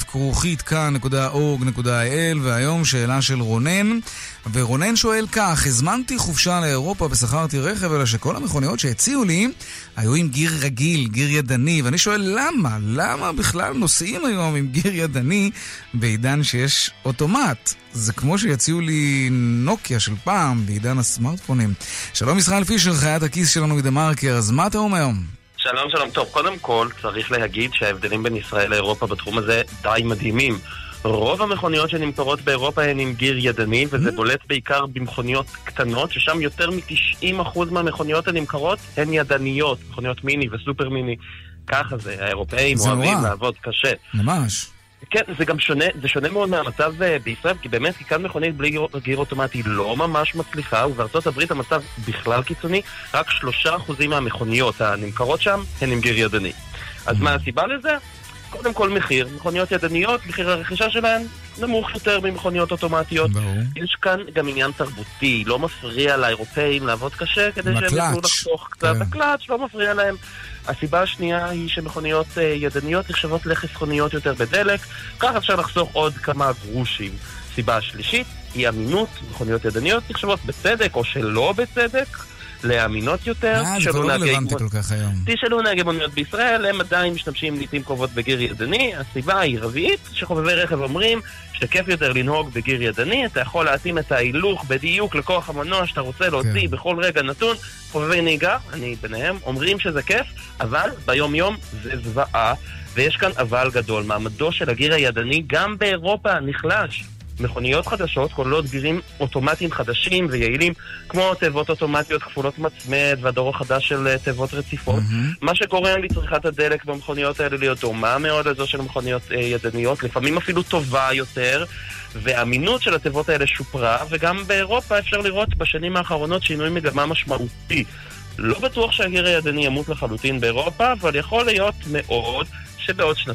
כסף@כאן.org.il. והיום שאלה של רונן, ורונן שואל כך: הזמנתי חופשה לאירופה ושכרתי רכב, אלא שכל המכוניות שהציעו לי היו עם גיר רגיל, גיר ידני, ואני שואל למה בכלל נוסעים היום עם גיר ידני בעידן שיש אוטומט? זה כמו שיציעו לי נוקיה של פעם בעידן הסמארטפונים. שלום ישראל פישר, חיית הכיס שלנו מדמרקר, אז מה אתה אומר? שלום. טוב, קודם כל צריך להגיד שההבדלים בין ישראל לאירופה בתחום הזה די מדהימים. רוב המכוניות שנמכרות באירופה הן עם גיר ידני, וזה בולט בעיקר במכוניות קטנות, ששם יותר מ-90% מהמכוניות הנמכרות הן ידניות, מכוניות מיני וסופר מיני. ככה זה, האירופאים אוהבים לעבוד קשה. ממש. כן, זה גם שונה, זה שונה מאוד מהמצב בישראל, כי באמת כאן מכונית בלי גיר אוטומטי לא ממש מצליחה, ובארצות הברית המצב בכלל קיצוני, רק 3% מהמכוניות הנמכרות שם הן עם גיר ידני. אז מה הסיבה לזה? קודם כל מחיר, מכוניות ידניות, מחיר הרכישה שלהן נמוך יותר ממכוניות אוטומטיות. יש כאן גם עניין תרבותי, לא מפריע לאירופאים לעבוד קשה כדי שהם יוכלו לחסוך קצת. הקלאץ' לא מפריע להם. הסיבה השנייה היא שמכוניות ידניות נחשבות לחסכוניות יותר בדלק, כך אפשר לחסוך עוד כמה גרושים. סיבה השלישית היא אמינות, מכוניות ידניות נחשבות בצדק או שלא בצדק לאמינות יותר. זה לא רלוונטי כל כך היום. תשאלו נהגי מוניות בישראל, הם עדיין משתמשים לעתים קרובות בגיר ידני. הסיבה היא רביעית, שחובבי רכב אומרים שכיף יותר לנהוג בגיר ידני, אתה יכול להתאים את ההילוך בדיוק לכוח המנוע שאתה רוצה להוציא בכל רגע נתון. חובבי נהיגה, אני ביניהם, אומרים שזה כיף, אבל ביום יום זה זוועה, ויש כאן אבל גדול. מעמדו של הגיר הידני גם באירופה נחלש. מכוניות חדשות כוללות גירים אוטומטיים חדשים ויעילים, כמו תיבות אוטומטיות כפולות מצמד והדור החדש של תיבות רציפות, מה שגורם לצריכת הדלק במכוניות האלה להיות דומה מאוד לזו של מכוניות ידניות, לפעמים אפילו טובה יותר, והאמינות של התיבות האלה שופרה, וגם באירופה אפשר לראות בשנים האחרונות שינוי מגמה משמעותי. לא בטוח שהגיר הידני ימות לחלוטין באירופה, אבל יכול להיות מאוד שבעוד 2-3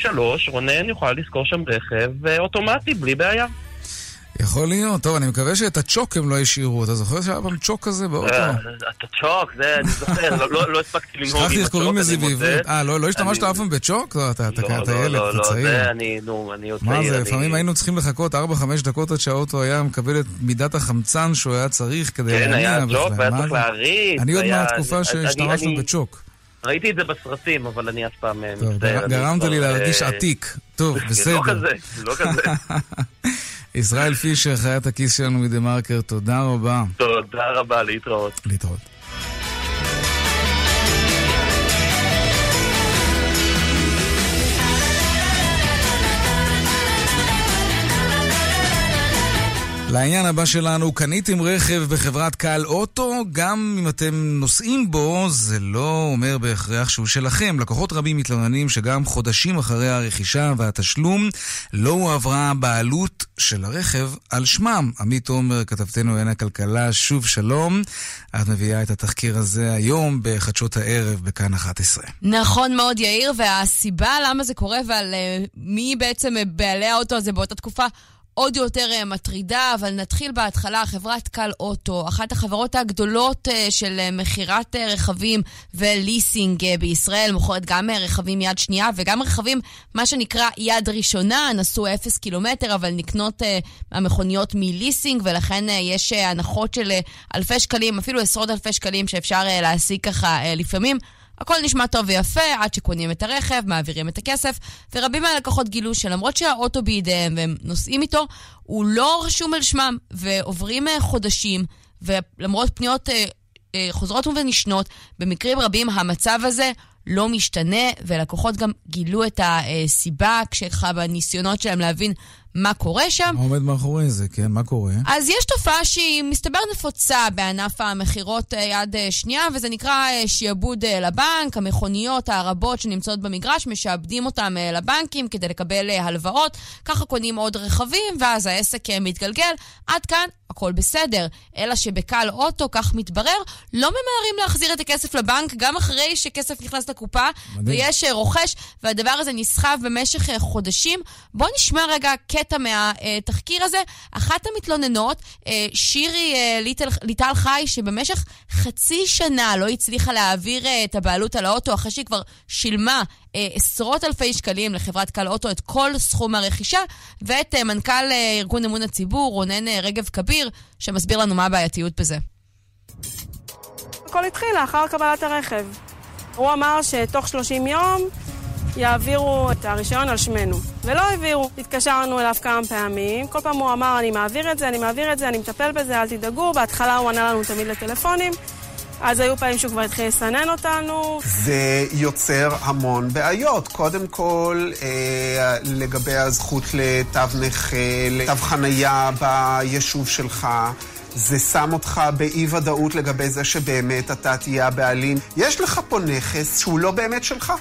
רונן יוכל לזכור שם רכב אוטומטי בלי בעיה. יכול להיות. טוב, אני מקווה שאת הצ'וק הם לא ישאירו. אתה זוכר שהיה פעם צ'וק כזה באוטו? את הצ'וק, זה אני זוכר, לא הספקתי לנהוג עם הצ'וק. שכחתי איך קוראים לזה בעברית. לא השתמשת אף פעם בצ'וק? אתה ילד, אתה צעיר. זה אני עוד צעיר. מה זה, לפעמים היינו צריכים לחכות 4-5 דקות עד שהאוטו היה מקבל את מידת החמצן שהוא היה צריך כדי להניע. כן, היה צ'וק, והיה צריך להריץ. אני עוד מהתקופה שהשתמשנו בצ'וק. ראיתי את זה בסרטים, אבל אני אף פעם מצטער. גרמת לי להרגיש עתיק. טוב, בסדר. לא כזה. ישראל פישר, חיית הכיס שלנו מדמרקר, תודה רבה. תודה רבה, להתראות. להתראות. לעניין הבא שלנו, קניתם רכב בחברת קל אוטו, גם אם אתם נוסעים בו, זה לא אומר בהכרח שהוא שלכם. לקוחות רבים מתלוננים שגם חודשים אחרי הרכישה והתשלום לא הועברה בעלות של הרכב על שמם. עמית עומר, כתבתנו עין הכלכלה, שוב שלום. את מביאה את התחקיר הזה היום בחדשות הערב בכאן 11. נכון מאוד יאיר, והסיבה למה זה קורה ועל מי בעצם בעלי האוטו הזה באותה תקופה עוד יותר מטרידה, אבל נתחיל בהתחלה. חברת קל אוטו, אחת החברות הגדולות של מחירת רכבים וליסינג בישראל, מוכרת גם רכבים יד שנייה וגם רכבים מה שנקרא יד ראשונה, נסו 0 קילומטר, אבל נקנות המכוניות מליסינג, ולכן יש הנחות של אלפי שקלים, אפילו עשרות אלפי שקלים שאפשר להשיג ככה לפעמים. הכל נשמע טוב ויפה, עד שקונים את הרכב, מעבירים את הכסף, ורבים מהלקוחות גילו שלמרות שהאוטו בידיהם והם נוסעים איתו, הוא לא רשום על שמם, ועוברים חודשים, ולמרות פניות חוזרות ונשנות, במקרים רבים המצב הזה לא משתנה, ולקוחות גם גילו את הסיבה, כשכה בניסיונות שלהם להבין מה קורה שם. מה עומד מאחורי זה, כן? מה קורה? אז יש תופעה שהיא מסתבר נפוצה בענף המחירות יד שנייה, וזה נקרא שיעבוד לבנק. המכוניות הרבות שנמצאות במגרש, משעבדים אותם לבנקים כדי לקבל הלוואות, ככה קונים עוד רכבים, ואז העסק מתגלגל. עד כאן הכל בסדר. אלא שבקל אוטו, כך מתברר, לא ממהרים להחזיר את הכסף לבנק, גם אחרי שכסף נכנס לקופה, ויש רוכש, והדבר הזה נסחב במשך חודשים. בוא נשמע רגע קטע קטע מהתחקיר הזה. אחת המתלוננות, שירי ליטל חי, שבמשך חצי שנה לא הצליחה להעביר את הבעלות על האוטו, אחרי שהיא כבר שילמה עשרות אלפי שקלים לחברת קל אוטו את כל סכום הרכישה, ואת מנכ"ל ארגון אמון הציבור, רונן רגב כביר, שמסביר לנו מה הבעייתיות בזה. הכל התחיל לאחר קבלת הרכב. הוא אמר שתוך 30 יום יעבירו את הרישיון על שמנו, ולא העבירו. התקשרנו אליו כמה פעמים, כל פעם הוא אמר, אני מעביר את זה, אני מטפל בזה, אל תדאגו. בהתחלה הוא ענה לנו תמיד לטלפונים, אז היו פעמים שהוא כבר התחיל לסנן אותנו. זה יוצר המון בעיות. קודם כל, לגבי הזכות לתו נכה, לתו חנייה ביישוב שלך, זה שם אותך באי ודאות לגבי זה שבאמת אתה תהיה הבעלים. יש לך פה נכס שהוא לא באמת שלך.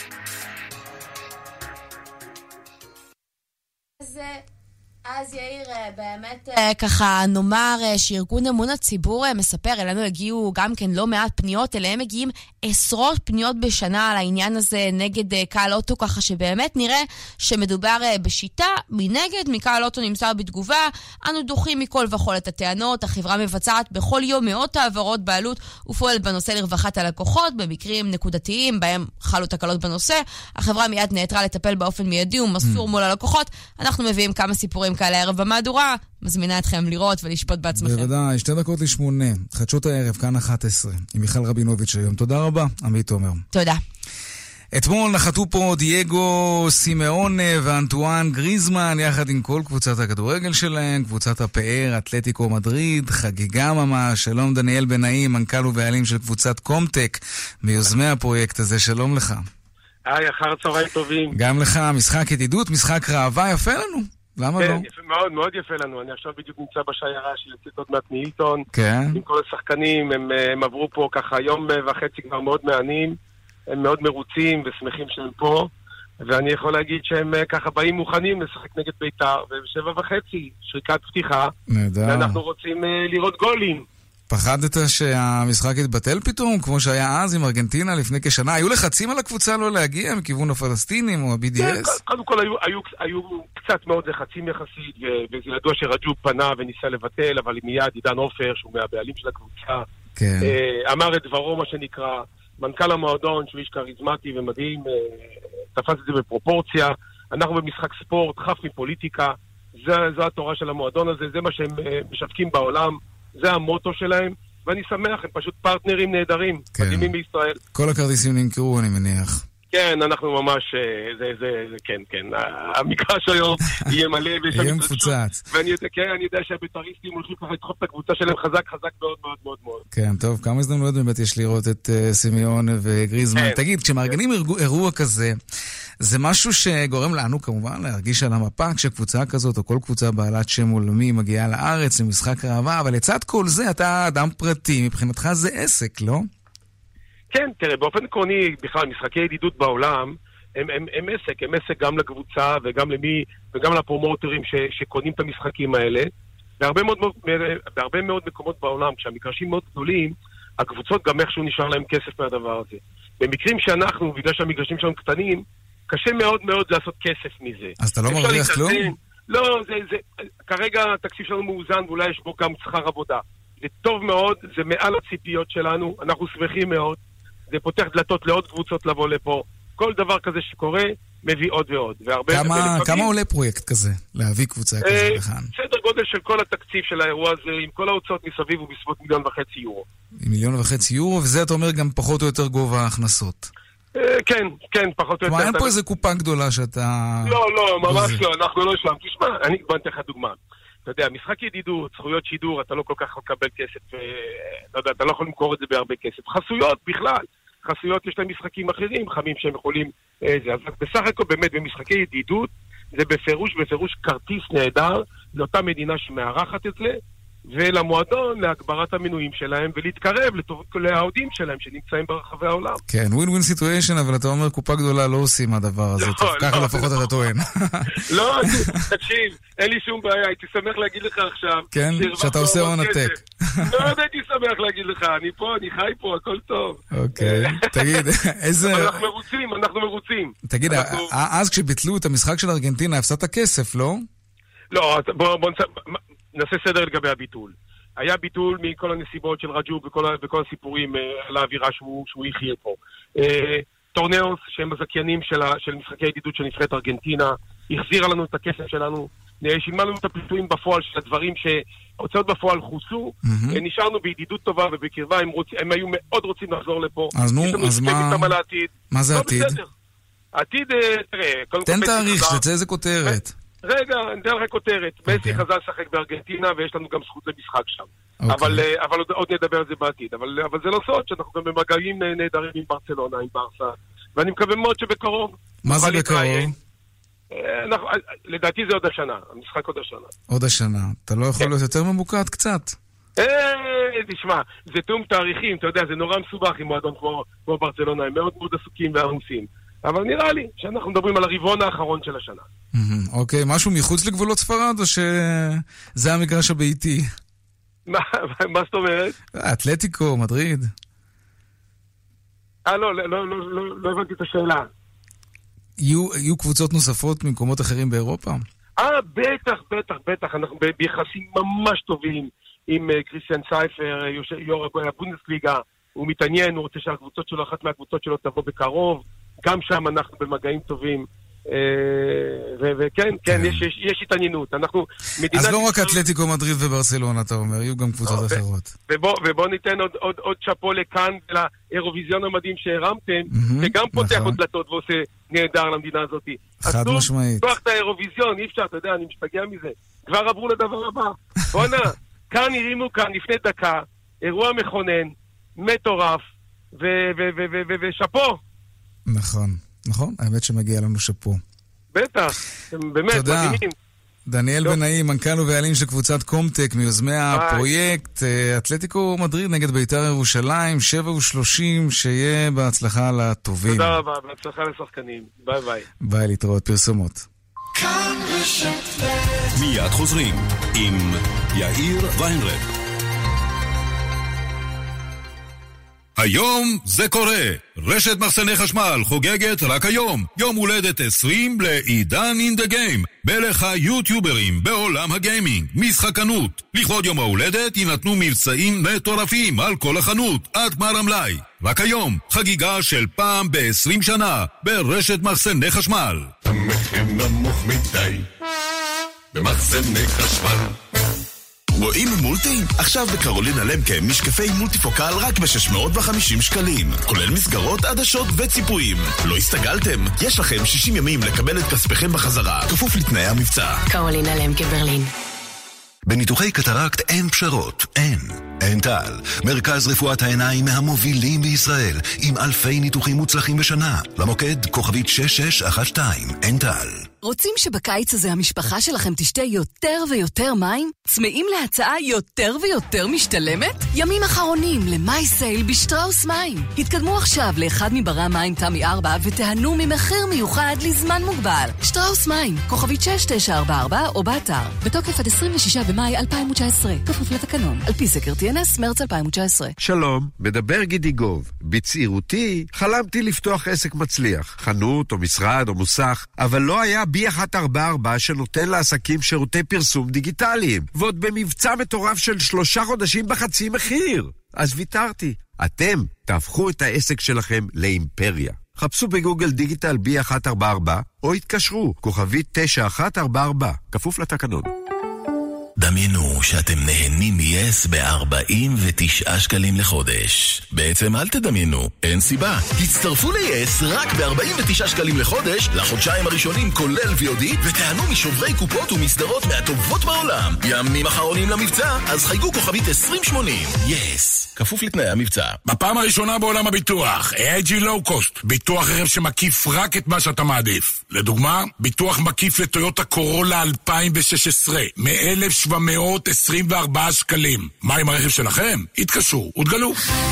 אז יאיר, באמת ככה נאמר שארגון אמון הציבור מספר, אלינו הגיעו גם כן לא מעט פניות, אליהם מגיעים עשרות פניות בשנה על העניין הזה נגד קל אוטו, ככה שבאמת נראה שמדובר בשיטה. מנגד, מקל אוטו נמסר בתגובה, אנו דוחים מכל וכל את הטענות, החברה מבצעת בכל יום מאות העברות בעלות ופועלת בנושא לרווחת הלקוחות, במקרים נקודתיים בהם חלו תקלות בנושא, החברה מיד נעתרה לטפל באופן מיידי ומסור מול הלקוחות. אנחנו מביאים כמה סיפורים כאלה הערב במהדורה, מזמינה אתכם לראות ולשפוט בעצמכם. בוודאי, 2:08, חדשות הערב, כאן 11, עם מיכל רבינוביץ' היום. תודה רבה, עמית תומר. תודה. אתמול נחתו פה דייגו סימאונה ואנטואן גריזמן, יחד עם כל קבוצת הכדורגל שלהם, קבוצת הפאר, אתלטיקו מדריד, חגיגה ממש. שלום דניאל בנאי, מנכ"ל ובעלים של קבוצת קומטק, מיוזמי הפרויקט הזה, שלום לך. היי, אחר צהריים טובים. גם לך, משחק ידידות, משחק ראווה, יפה לנו. למה לא? כן, יפה מאוד, מאוד יפה לנו. אני עכשיו בדיוק נמצא בשיירה שיוצאת עוד מעט מהילטון. כן. עם כל השחקנים, הם עברו פה ככה יום וחצי כבר מאוד מענים. הם מאוד מרוצים ושמחים שהם פה. ואני יכול להגיד שהם ככה באים מוכנים לשחק נגד בית"ר. וב7:30, שריקת פתיחה. נהדר. ואנחנו רוצים לראות גולים. פחדת שהמשחק יתבטל פתאום, כמו שהיה אז עם ארגנטינה לפני כשנה? היו לחצים על הקבוצה לא להגיע מכיוון הפלסטינים או ה-BDS? כן, קודם כל היו קצת מאוד לחצים יחסית, וזה ידוע שרג'וב פנה וניסה לבטל, אבל מיד עידן עופר, שהוא מהבעלים של הקבוצה, כן. אמר את דברו, מה שנקרא, מנכ"ל המועדון, שהוא איש קריזמטי ומדהים, תפס את זה בפרופורציה. אנחנו במשחק ספורט, חף מפוליטיקה, זו התורה של המועדון הזה, זה מה שהם משווקים בעולם. זה המוטו שלהם, ואני שמח, הם פשוט פרטנרים נהדרים, כן. מדהימים בישראל. כל הכרטיסים נמכרו, אני מניח. כן, אנחנו ממש, כן, המגרש היום יהיה מלא, יהיה מפוצץ. ואני יודע שהבית"ריסטים הולכים ככה לדחוף את הקבוצה שלהם חזק מאוד מאוד מאוד מאוד. כן, טוב, כמה הזדמנויות באמת יש לראות את סימיון וגריזמן. כן. תגיד, כשמארגנים אירוע כזה, זה משהו שגורם לנו כמובן להרגיש על המפה, כשקבוצה כזאת או כל קבוצה בעלת שם עולמי מגיעה לארץ למשחק ראווה, אבל לצד כל זה אתה אדם פרטי, מבחינתך זה עסק, לא? כן, תראה, באופן עקרוני, בכלל, משחקי ידידות בעולם, הם עסק גם לקבוצה וגם לפרומוטרים שקונים את המשחקים האלה. בהרבה מאוד מקומות בעולם, כשהמגרשים מאוד גדולים, הקבוצות גם איכשהו נשאר להם כסף מהדבר הזה. במקרים שאנחנו, בגלל שהמגרשים שלנו קטנים, קשה מאוד מאוד לעשות כסף מזה. אז אתה לא מרוויח כלום? לא, כרגע התקציב שלנו מאוזן, ואולי יש בו גם שכר עבודה. זה טוב מאוד, זה מעל הציפיות שלנו, אנחנו שמחים מאוד. זה פותח דלתות לעוד קבוצות לבוא לפה. כל דבר כזה שקורה, מביא עוד ועוד. כמה עולה פרויקט כזה, להביא קבוצה כזה לכאן? סדר גודל של כל התקציב של האירוע הזה, עם כל ההוצאות מסביב, הוא בסביבות 1.5 מיליון יורו. 1.5 מיליון יורו, וזה אתה אומר גם פחות או יותר גובה ההכנסות. כן, פחות או יותר. כלומר, אין פה איזה קופה גדולה שאתה... לא, ממש לא, אנחנו לא שם. תשמע, אני כבר אתן לך דוגמה. אתה יודע, משחק ידידות, זכויות שידור, אתה לא כל כך יכול לקבל כסף, אתה לא יכול למכור את זה בהרבה כסף. חסויות בכלל. חסויות יש להם משחקים אחרים, חמים שהם יכולים... אז בסך הכל באמת במשחקי ידידות, זה בפירוש כרטיס נהדר לאותה מדינה שמארחת את זה, ולמועדון להגברת המנויים שלהם, ולהתקרב לאוהדים שלהם שנמצאים ברחבי העולם. כן, ווין סיטואשן, אבל אתה אומר קופה גדולה לא עושים הדבר הזה. ככה לפחות אתה טוען. לא, תקשיב, אין לי שום בעיה, הייתי שמח להגיד לך עכשיו. כן, שאתה עושה הון עתק. לא, הייתי שמח להגיד לך, אני פה, אני חי פה, הכל טוב. אוקיי, תגיד, איזה... אנחנו מרוצים. תגיד, אז כשביטלו את המשחק של ארגנטינה, הפסדת כסף, לא? לא, בוא נעשה סדר לגבי הביטול. היה ביטול מכל הנסיבות של רג'וב וכל הסיפורים על האווירה שהוא יחיה פה. טורנאוס, שהם הזכיינים של משחקי הידידות של נבחרת ארגנטינה, החזירה לנו את הכסף שלנו, שילמה לנו את הפיצויים בפועל של הדברים שהוצאות בפועל חוסו, נשארנו בידידות טובה ובקרבה, הם היו מאוד רוצים לחזור לפה. אז נו, אז מה זה עתיד? עתיד, תראה, תן תאריך, שתצא איזה כותרת. רגע, אני אתן לך כותרת. מסי חזר לשחק בארגנטינה ויש לנו גם זכות למשחק שם. אבל עוד נדבר על זה בעתיד. אבל זה לא סוד שאנחנו גם במגעים נהדרים עם ברצלונה, עם ברסה. ואני מקווה מאוד שבקרוב... מה זה בקרוב? לדעתי זה עוד השנה, המשחק עוד השנה. עוד השנה. אתה לא יכול להיות יותר ממוקד קצת? תשמע, זה תאום תאריכים, אתה יודע, זה נורא מסובך עם מועדון כמו ברצלונה, הם מאוד מאוד עסוקים ועמוסים. אבל נראה לי שאנחנו מדברים על הרבעון האחרון של השנה. אוקיי, משהו מחוץ לגבולות ספרד, או שזה המגרש הביתי? מה זאת אומרת? אתלטיקו, מדריד. לא הבנתי את השאלה. יהיו קבוצות נוספות ממקומות אחרים באירופה? בטח. אנחנו ביחסים ממש טובים עם קריסטיאן סייפר, יו"ר הבונדסליגה. הוא מתעניין, הוא רוצה שהקבוצות שלו, אחת מהקבוצות שלו תבוא בקרוב. גם שם אנחנו במגעים טובים. וכן, יש התעניינות. אז לא רק אתלטיקו מדריד וברצלונה, אתה אומר, יהיו גם קבוצות אחרות. ובוא ניתן עוד שפו לכאן, לאירוויזיון המדהים שהרמתם, וגם פותח עוד דלתות ועושה נהדר למדינה הזאת. חד משמעית. פתוח את האירוויזיון, אי אפשר, אתה יודע, אני משתגע מזה. כבר עברו לדבר הבא. בוא'נה, כאן הרימו כאן לפני דקה, אירוע מכונן, מטורף, ושפו. נכון, האמת שמגיע לנו שפו. בטח, באמת, מדהימים. דניאל בנאי, מנכ"ל ובעלים של קבוצת קומטק, מיוזמי הפרויקט אתלטיקו מדריד נגד בית"ר ירושלים, 7:30, שיהיה בהצלחה לטובים. תודה רבה, בהצלחה לשחקנים. ביי ביי. ביי, להתראות, פרסומות. מיד חוזרים עם יאיר ויינרב. היום זה קורה. רשת מחסני חשמל חוגגת רק היום. יום הולדת 20 לעידן אין דה גיים. מלך היוטיוברים בעולם הגיימינג. משחקנות. לכבוד יום ההולדת ינתנו מבצעים מטורפים על כל החנות. עד גמר המלאי. רק היום. חגיגה של פעם ב-20 שנה. ברשת מחסני חשמל. המחיר נמוך מדי. במחסני חשמל. רואים מולטי? עכשיו בקרולינה למקה משקפי מולטיפוקל רק ב-650 שקלים. כולל מסגרות, עדשות וציפויים. לא הסתגלתם? יש לכם 60 ימים לקבל את כספכם בחזרה. כפוף לתנאי המבצע. קרולינה למקה ברלין. בניתוחי קטרקט אין פשרות, אין טל. מרכז רפואת העיניים מהמובילים בישראל, עם אלפי ניתוחים מוצלחים בשנה. למוקד כוכבית 6612, אין טל. רוצים שבקיץ הזה המשפחה שלכם תשתה יותר ויותר מים? צמאים להצעה יותר ויותר משתלמת? ימים אחרונים למאי סייל בשטראוס מים. התקדמו עכשיו לאחד מברי המים תמי 4 ותהנו ממחיר מיוחד לזמן מוגבל. שטראוס מים, כוכבית 6944 או באתר. בתוקף עד 26 במאי 2019. כפוף לתקנון. על פי סקר TNS מרץ 2019. שלום, מדבר גידי גוב. בצעירותי חלמתי לפתוח עסק מצליח. חנות או משרד או מוסך, אבל לא היה B144 שנותן לעסקים שירותי פרסום דיגיטליים, ועוד במבצע מטורף של 3 חודשים בחצי מחיר. אז ויתרתי. אתם תהפכו את העסק שלכם לאימפריה. חפשו בגוגל דיגיטל B144 או התקשרו, כוכבית 9144, כפוף לתקנון. דמיינו שאתם נהנים מ-yes ב-49 שקלים לחודש. בעצם אל תדמיינו, אין סיבה. הצטרפו ל-yes רק ב-49 שקלים לחודש, לחודשיים הראשונים כולל VOD, ותענו משוברי קופות ומסדרות מהטובות בעולם. ימים אחרונים למבצע, אז חייגו כוכבית 2080. yes, כפוף לתנאי המבצע. בפעם הראשונה בעולם הביטוח, AIG Low Cost, ביטוח רכב שמקיף רק את מה שאתה מעדיף. לדוגמה, ביטוח מקיף לטויוטה קורולה 2016, מ-1,724 שקלים. מה עם הרכב שלכם? התקשרו ותגלו.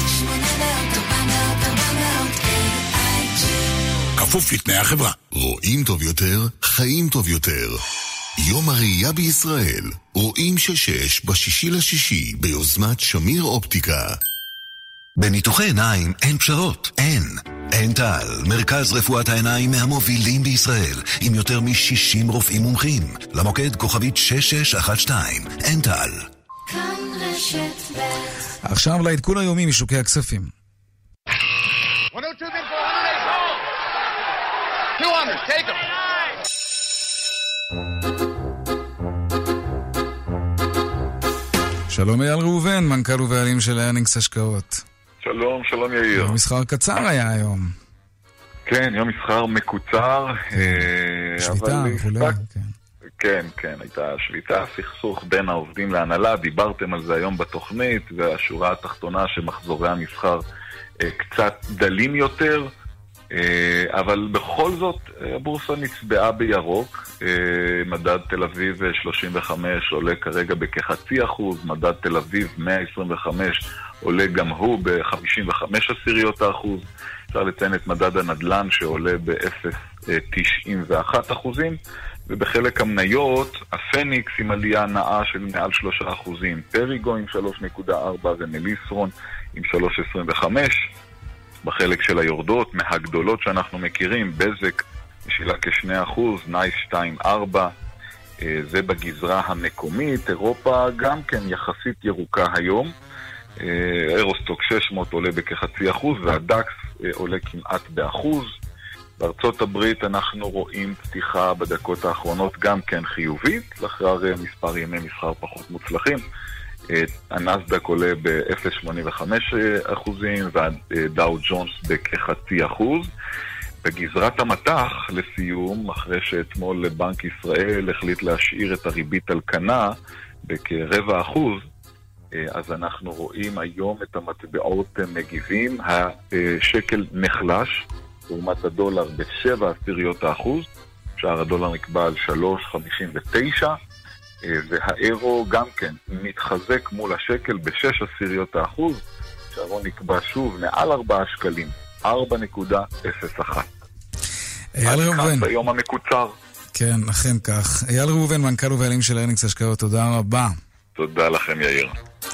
כפוף לתנאי החברה. רואים טוב יותר, חיים טוב יותר. יום הראייה בישראל. רואים 6 ב-6/6 ביוזמת שמיר אופטיקה. בניתוחי עיניים אין פשרות, אין. אנטל, מרכז רפואת העיניים מהמובילים בישראל, עם יותר מ-60 רופאים מומחים. למוקד כוכבית 6612. אנטל. כאן רשת ב'. עכשיו לעדכון היומי משוקי הכספים. 200, take them. שלום אייל ראובן, מנכ"ל ובעלים של ארנינגס השקעות. שלום, שלום יאיר. יום מסחר קצר היה היום. כן, יום מסחר מקוצר. שביתה וכולי. כן, הייתה שביתה, סכסוך בין העובדים להנהלה, דיברתם על זה היום בתוכנית, והשורה התחתונה שמחזורי המסחר קצת דלים יותר, אבל בכל זאת הבורסה נצבעה בירוק. מדד תל אביב 35 עולה כרגע בכ0.5%, מדד תל אביב 125 עולה גם הוא ב-55%. אפשר לציין את מדד הנדל"ן שעולה ב-0.91%, ובחלק המניות הפניקס עם עלייה נאה של מעל 3%, פריגו עם 3.4 ומליסרון עם 3.25. בחלק של היורדות, מהגדולות שאנחנו מכירים, בזק משילה כ2%, נייס 2.4, זה בגזרה המקומית. אירופה גם כן יחסית ירוקה היום, אירוסטוק 600 עולה בכ0.5%, והדקס עולה כמעט ב1%. בארצות הברית אנחנו רואים פתיחה בדקות האחרונות גם כן חיובית, לאחר מספר ימי מסחר פחות מוצלחים. הנסדק עולה ב-0.85% והדאו ג'ונס בכ0.5%. בגזרת המתח, לסיום, אחרי שאתמול בנק ישראל החליט להשאיר את הריבית על כנה בכ0.25%, אז אנחנו רואים היום את המטבעות מגיבים. השקל נחלש לעומת הדולר ב0.7%, שער הדולר נקבע על 3.59, והאירו גם כן מתחזק מול השקל ב0.6%, שערו נקבע שוב מעל 4 שקלים, 4.01. אייל ראובן. ביום המקוצר. כן, אכן כך. אייל ראובן, מנכ"ל ובעלים של ארנינגס השקעות, תודה רבה. תודה לכם יאיר.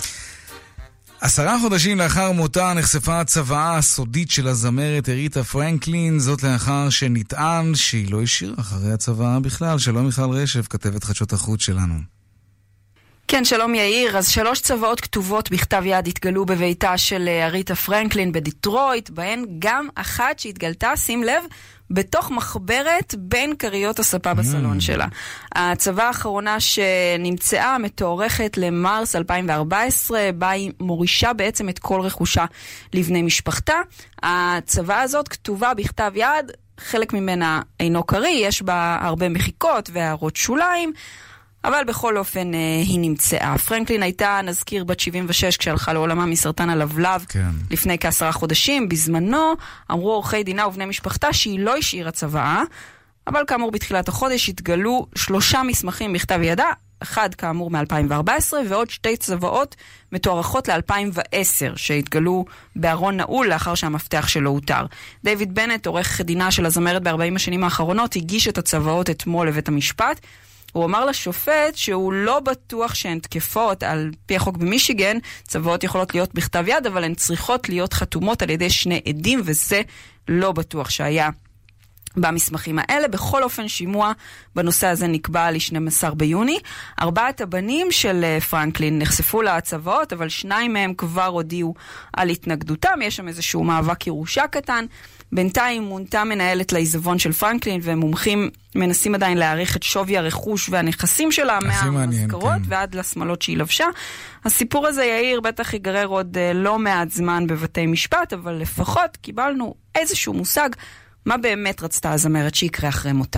10 חודשים לאחר מותה נחשפה הצוואה הסודית של הזמרת אריתה פרנקלין, זאת לאחר שנטען שהיא לא השאירה אחרי הצוואה בכלל. שלום מיכל רשף, כתבת חדשות החוץ שלנו. כן, שלום יאיר. אז 3 צוואות כתובות בכתב יד התגלו בביתה של אריתה פרנקלין בדיטרויט, בהן גם אחת שהתגלתה, שים לב, בתוך מחברת בין קריות הספה בסלון שלה. הצוואה האחרונה שנמצאה מתוארכת למרס 2014, בה היא מורישה בעצם את כל רכושה לבני משפחתה. הצוואה הזאת כתובה בכתב יד, חלק ממנה אינו קרי, יש בה הרבה מחיקות והערות שוליים, אבל בכל אופן היא נמצאה. פרנקלין הייתה, נזכיר, בת 76 כשהלכה לעולמה מסרטן הלבלב לפני כ10 חודשים. בזמנו אמרו עורכי דינה ובני משפחתה שהיא לא השאירה צוואה, אבל כאמור בתחילת החודש התגלו 3 מסמכים בכתב ידה, אחד כאמור מ-2014 ועוד 2 צוואות מתוארכות ל-2010 שהתגלו בארון נעול לאחר שהמפתח שלו הותר. דיוויד בנט, עורך דינה של הזמרת ב-40 השנים האחרונות, הגיש את הצוואות אתמול לבית המשפט. הוא אמר לשופט שהוא לא בטוח שהן תקפות. על פי החוק במישיגן, צוואות יכולות להיות בכתב יד, אבל הן צריכות להיות חתומות על ידי 2 עדים, וזה לא בטוח שהיה במסמכים האלה. בכל אופן, שימוע בנושא הזה נקבע ל-12 ביוני. 4 הבנים של פרנקלין נחשפו להצוואות, אבל 2 מהם כבר הודיעו על התנגדותם. יש שם איזשהו מאבק ירושה קטן. בינתיים מונתה מנהלת לעיזבון של פרנקלין, ומומחים מנסים עדיין להעריך את שווי הרכוש והנכסים שלה, מהמזכרות ועד לשמלות שהיא לבשה. הסיפור הזה, יאיר, בטח ייגרר עוד לא מעט זמן בבתי משפט, אבל לפחות קיבלנו איזשהו מושג מה באמת רצתה הזמרת שיקרה אחרי מותה.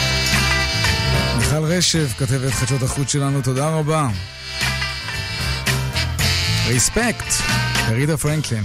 מיכל רשף, כתבת חדשות החוץ שלנו, תודה רבה. ריספקט, אריתה פרנקלין.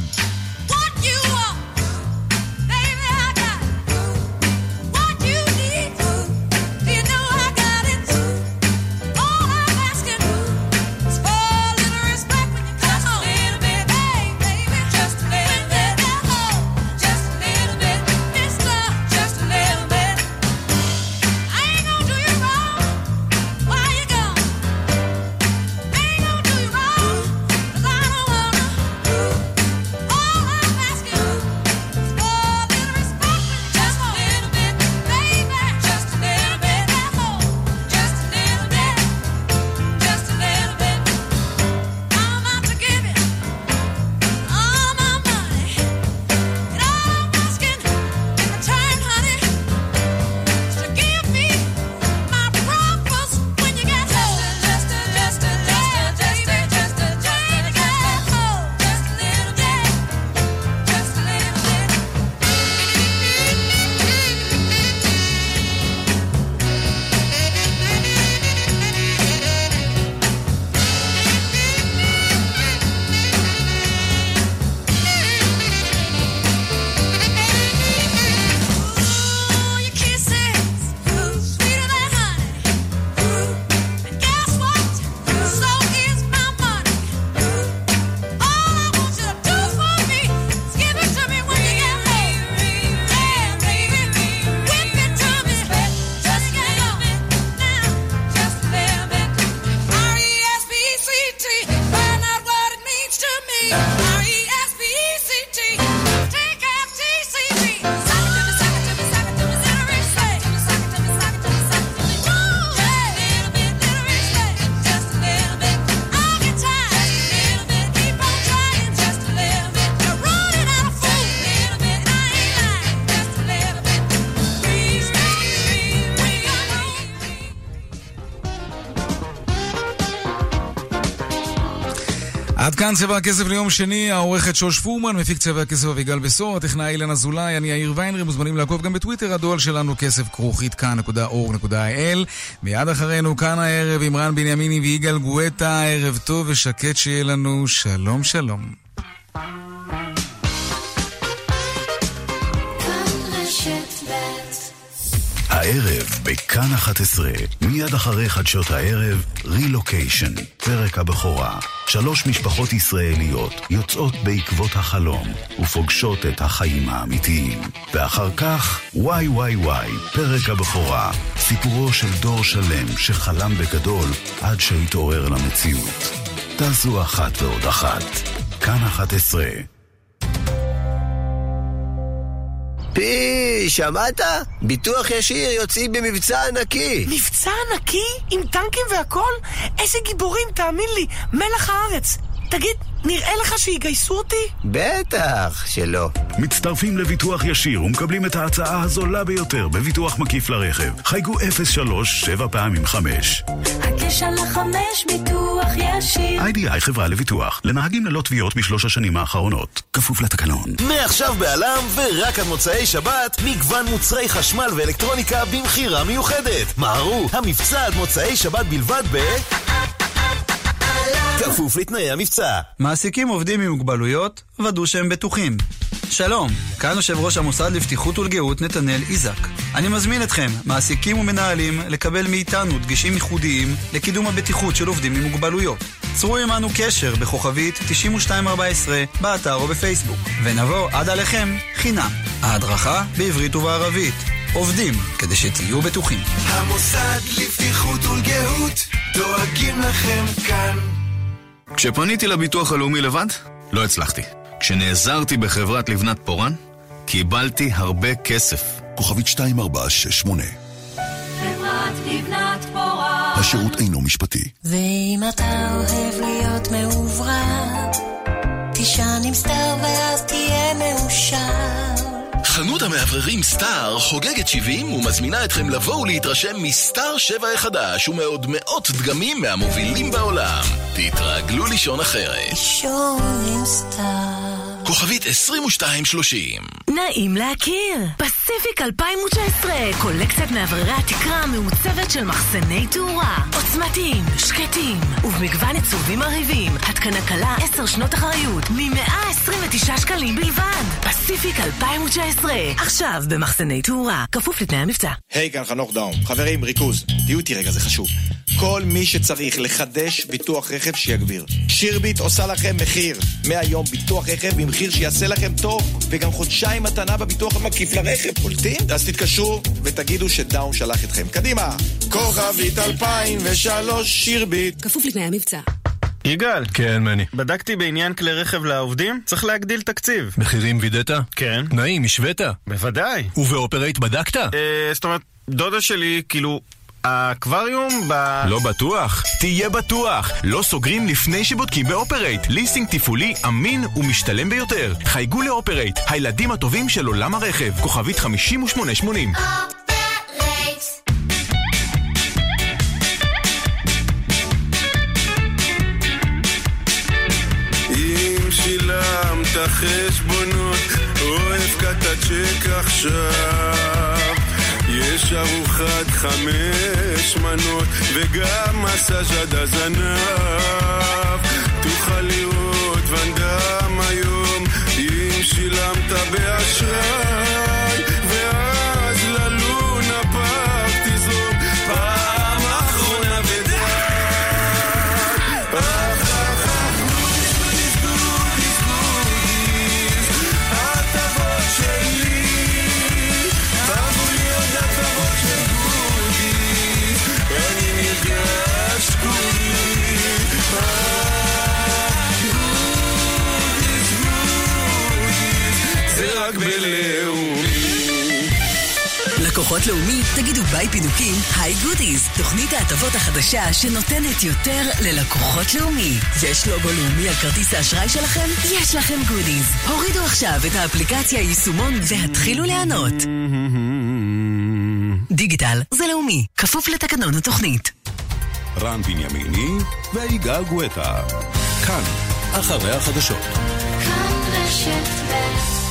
עד כאן צבע הכסף ליום שני, העורכת שוש פורמן, מפיק צבע הכסף אביגל בסור, הטכנאי אילן אזולאי, אני יאיר ויינרי, מוזמנים לעקוב גם בטוויטר, הדואל שלנו כסף@כאן.org.il. מיד אחרינו כאן הערב עם רן בנימיני ויגאל גואטה, ערב טוב ושקט שיהיה לנו, שלום שלום. הערב בכאן 11, מיד אחרי חדשות הערב, רילוקיישן, פרק הבכורה. 3 משפחות ישראליות יוצאות בעקבות החלום ופוגשות את החיים האמיתיים. ואחר כך, וואי וואי וואי, פרק הבכורה. סיפורו של דור שלם שחלם בגדול עד שהתעורר למציאות. תעשו אחת ועוד אחת. כאן 11. פי, שמעת? ביטוח ישיר יוצאים במבצע ענקי. מבצע ענקי? עם טנקים והכל? איזה גיבורים, תאמין לי, מלח הארץ. תגיד, נראה לך שיגייסו אותי? בטח שלא. מצטרפים לביטוח ישיר ומקבלים את ההצעה הזולה ביותר בביטוח מקיף לרכב. חייגו 03 7 פעמים 5. הקשר ל5 ביטוח ישיר. IDI חברה לביטוח. לנהגים ללא תביעות ב3 השנים האחרונות. כפוף לתקנון. מעכשיו בעלם ורק עד מוצאי שבת, מגוון מוצרי חשמל ואלקטרוניקה במחירה מיוחדת. מהרו, המבצע עד מוצאי שבת בלבד כפוף לתנאי המבצע. מעסיקים עובדים עם מוגבלויות, ודאו שהם בטוחים. שלום, כאן יושב ראש המוסד לבטיחות ולגהות נתנאל איזק. אני מזמין אתכם, מעסיקים ומנהלים, לקבל מאיתנו דגשים ייחודיים לקידום הבטיחות של עובדים עם מוגבלויות. צרו עמנו קשר בכוכבית 9214 באתר או בפייסבוק, ונבוא עד עליכם חינם. ההדרכה בעברית ובערבית. עובדים כדי שתהיו בטוחים. המוסד לבטיחות ולגהות דואגים לכם כאן. כשפניתי לביטוח הלאומי לבד, לא הצלחתי. כשנעזרתי בחברת לבנת פורן, קיבלתי הרבה כסף. כוכבית 2468. חברת לבנת פורן. השירות אינו משפטי. ואם אתה אוהב להיות מעוברר, תישן עם סטאר ואז תהיה מאושר. חנות המאווררים סטאר חוגגת 70 ומזמינה אתכם לבוא ולהתרשם מסטאר 7 החדש ומעוד מאות דגמים מהמובילים בעולם. תתרגלו לישון אחרת. לישון עם סטאר. כוכבית 2230. נעים להכיר, פסיפיק 2019, קולקציית מאווררי התקרה המעוצבת של מחסני תאורה, עוצמתיים, שקטים ובמגוון עיצובים מרהיבים. התקנה קלה 10 שנות אחריות מ-129 שקלים בלבד. פסיפיק 2019, עכשיו במחסני תאורה, כפוף לתנאי המבצע. היי, כאן חנוך דאום. חברים, ריכוז, תהיו איתי רגע, זה חשוב. כל מי שצריך לחדש ביטוח רכב שיגביר. שירביט עושה לכם מחיר. מהיום ביטוח רכב במחיר שיעשה לכם טוב, וגם חודשיים מתנה בביטוח המקיף לרכב. פולטים? אז תתקשרו ותגידו שדאון שלח אתכם. קדימה, כוכבית 2003 שירביט. כפוף לתנאי המבצע. יגאל. כן, מני. בדקתי בעניין כלי רכב לעובדים, צריך להגדיל תקציב. מחירים וידאת? כן. נעים, השווית? בוודאי. ובאופרייט בדקת? זאת אומרת, דודה שלי, כאילו, האקווריום לא בטוח? תהיה בטוח! לא סוגרים לפני שבודקים באופרייט. ליסינג תפעולי אמין ומשתלם ביותר. חייגו לאופרייט, הילדים הטובים של עולם הרכב. כוכבית 5880. אם שילמת חשבונות, אוהב קטצ'ק עכשיו, יש ארוחת 5 מנות וגם מסאז' עד הזנב. תוכל לראות ונדם היום אם שילמת באשראי, ואז ללונה פארק תזרום פעם אחרונה ודי. הטבות שלי פעמו לי עוד הטבות של גודיס, אני נרגש כולי גודיס זה רק בלאומי. לקוחות לאומי, תגידו ביי פינוקים, היי גודיז, תוכנית ההטבות החדשה שנותנת יותר ללקוחות לאומי. יש לוגו לאומי על כרטיס האשראי שלכם? יש לכם גודיז. הורידו עכשיו את האפליקציה יישומון והתחילו ליהנות. דיגיטל זה לאומי, כפוף לתקנון התוכנית. רן בנימיני ויגאל גואטה. כאן אחרי החדשות. כאן רשת ב'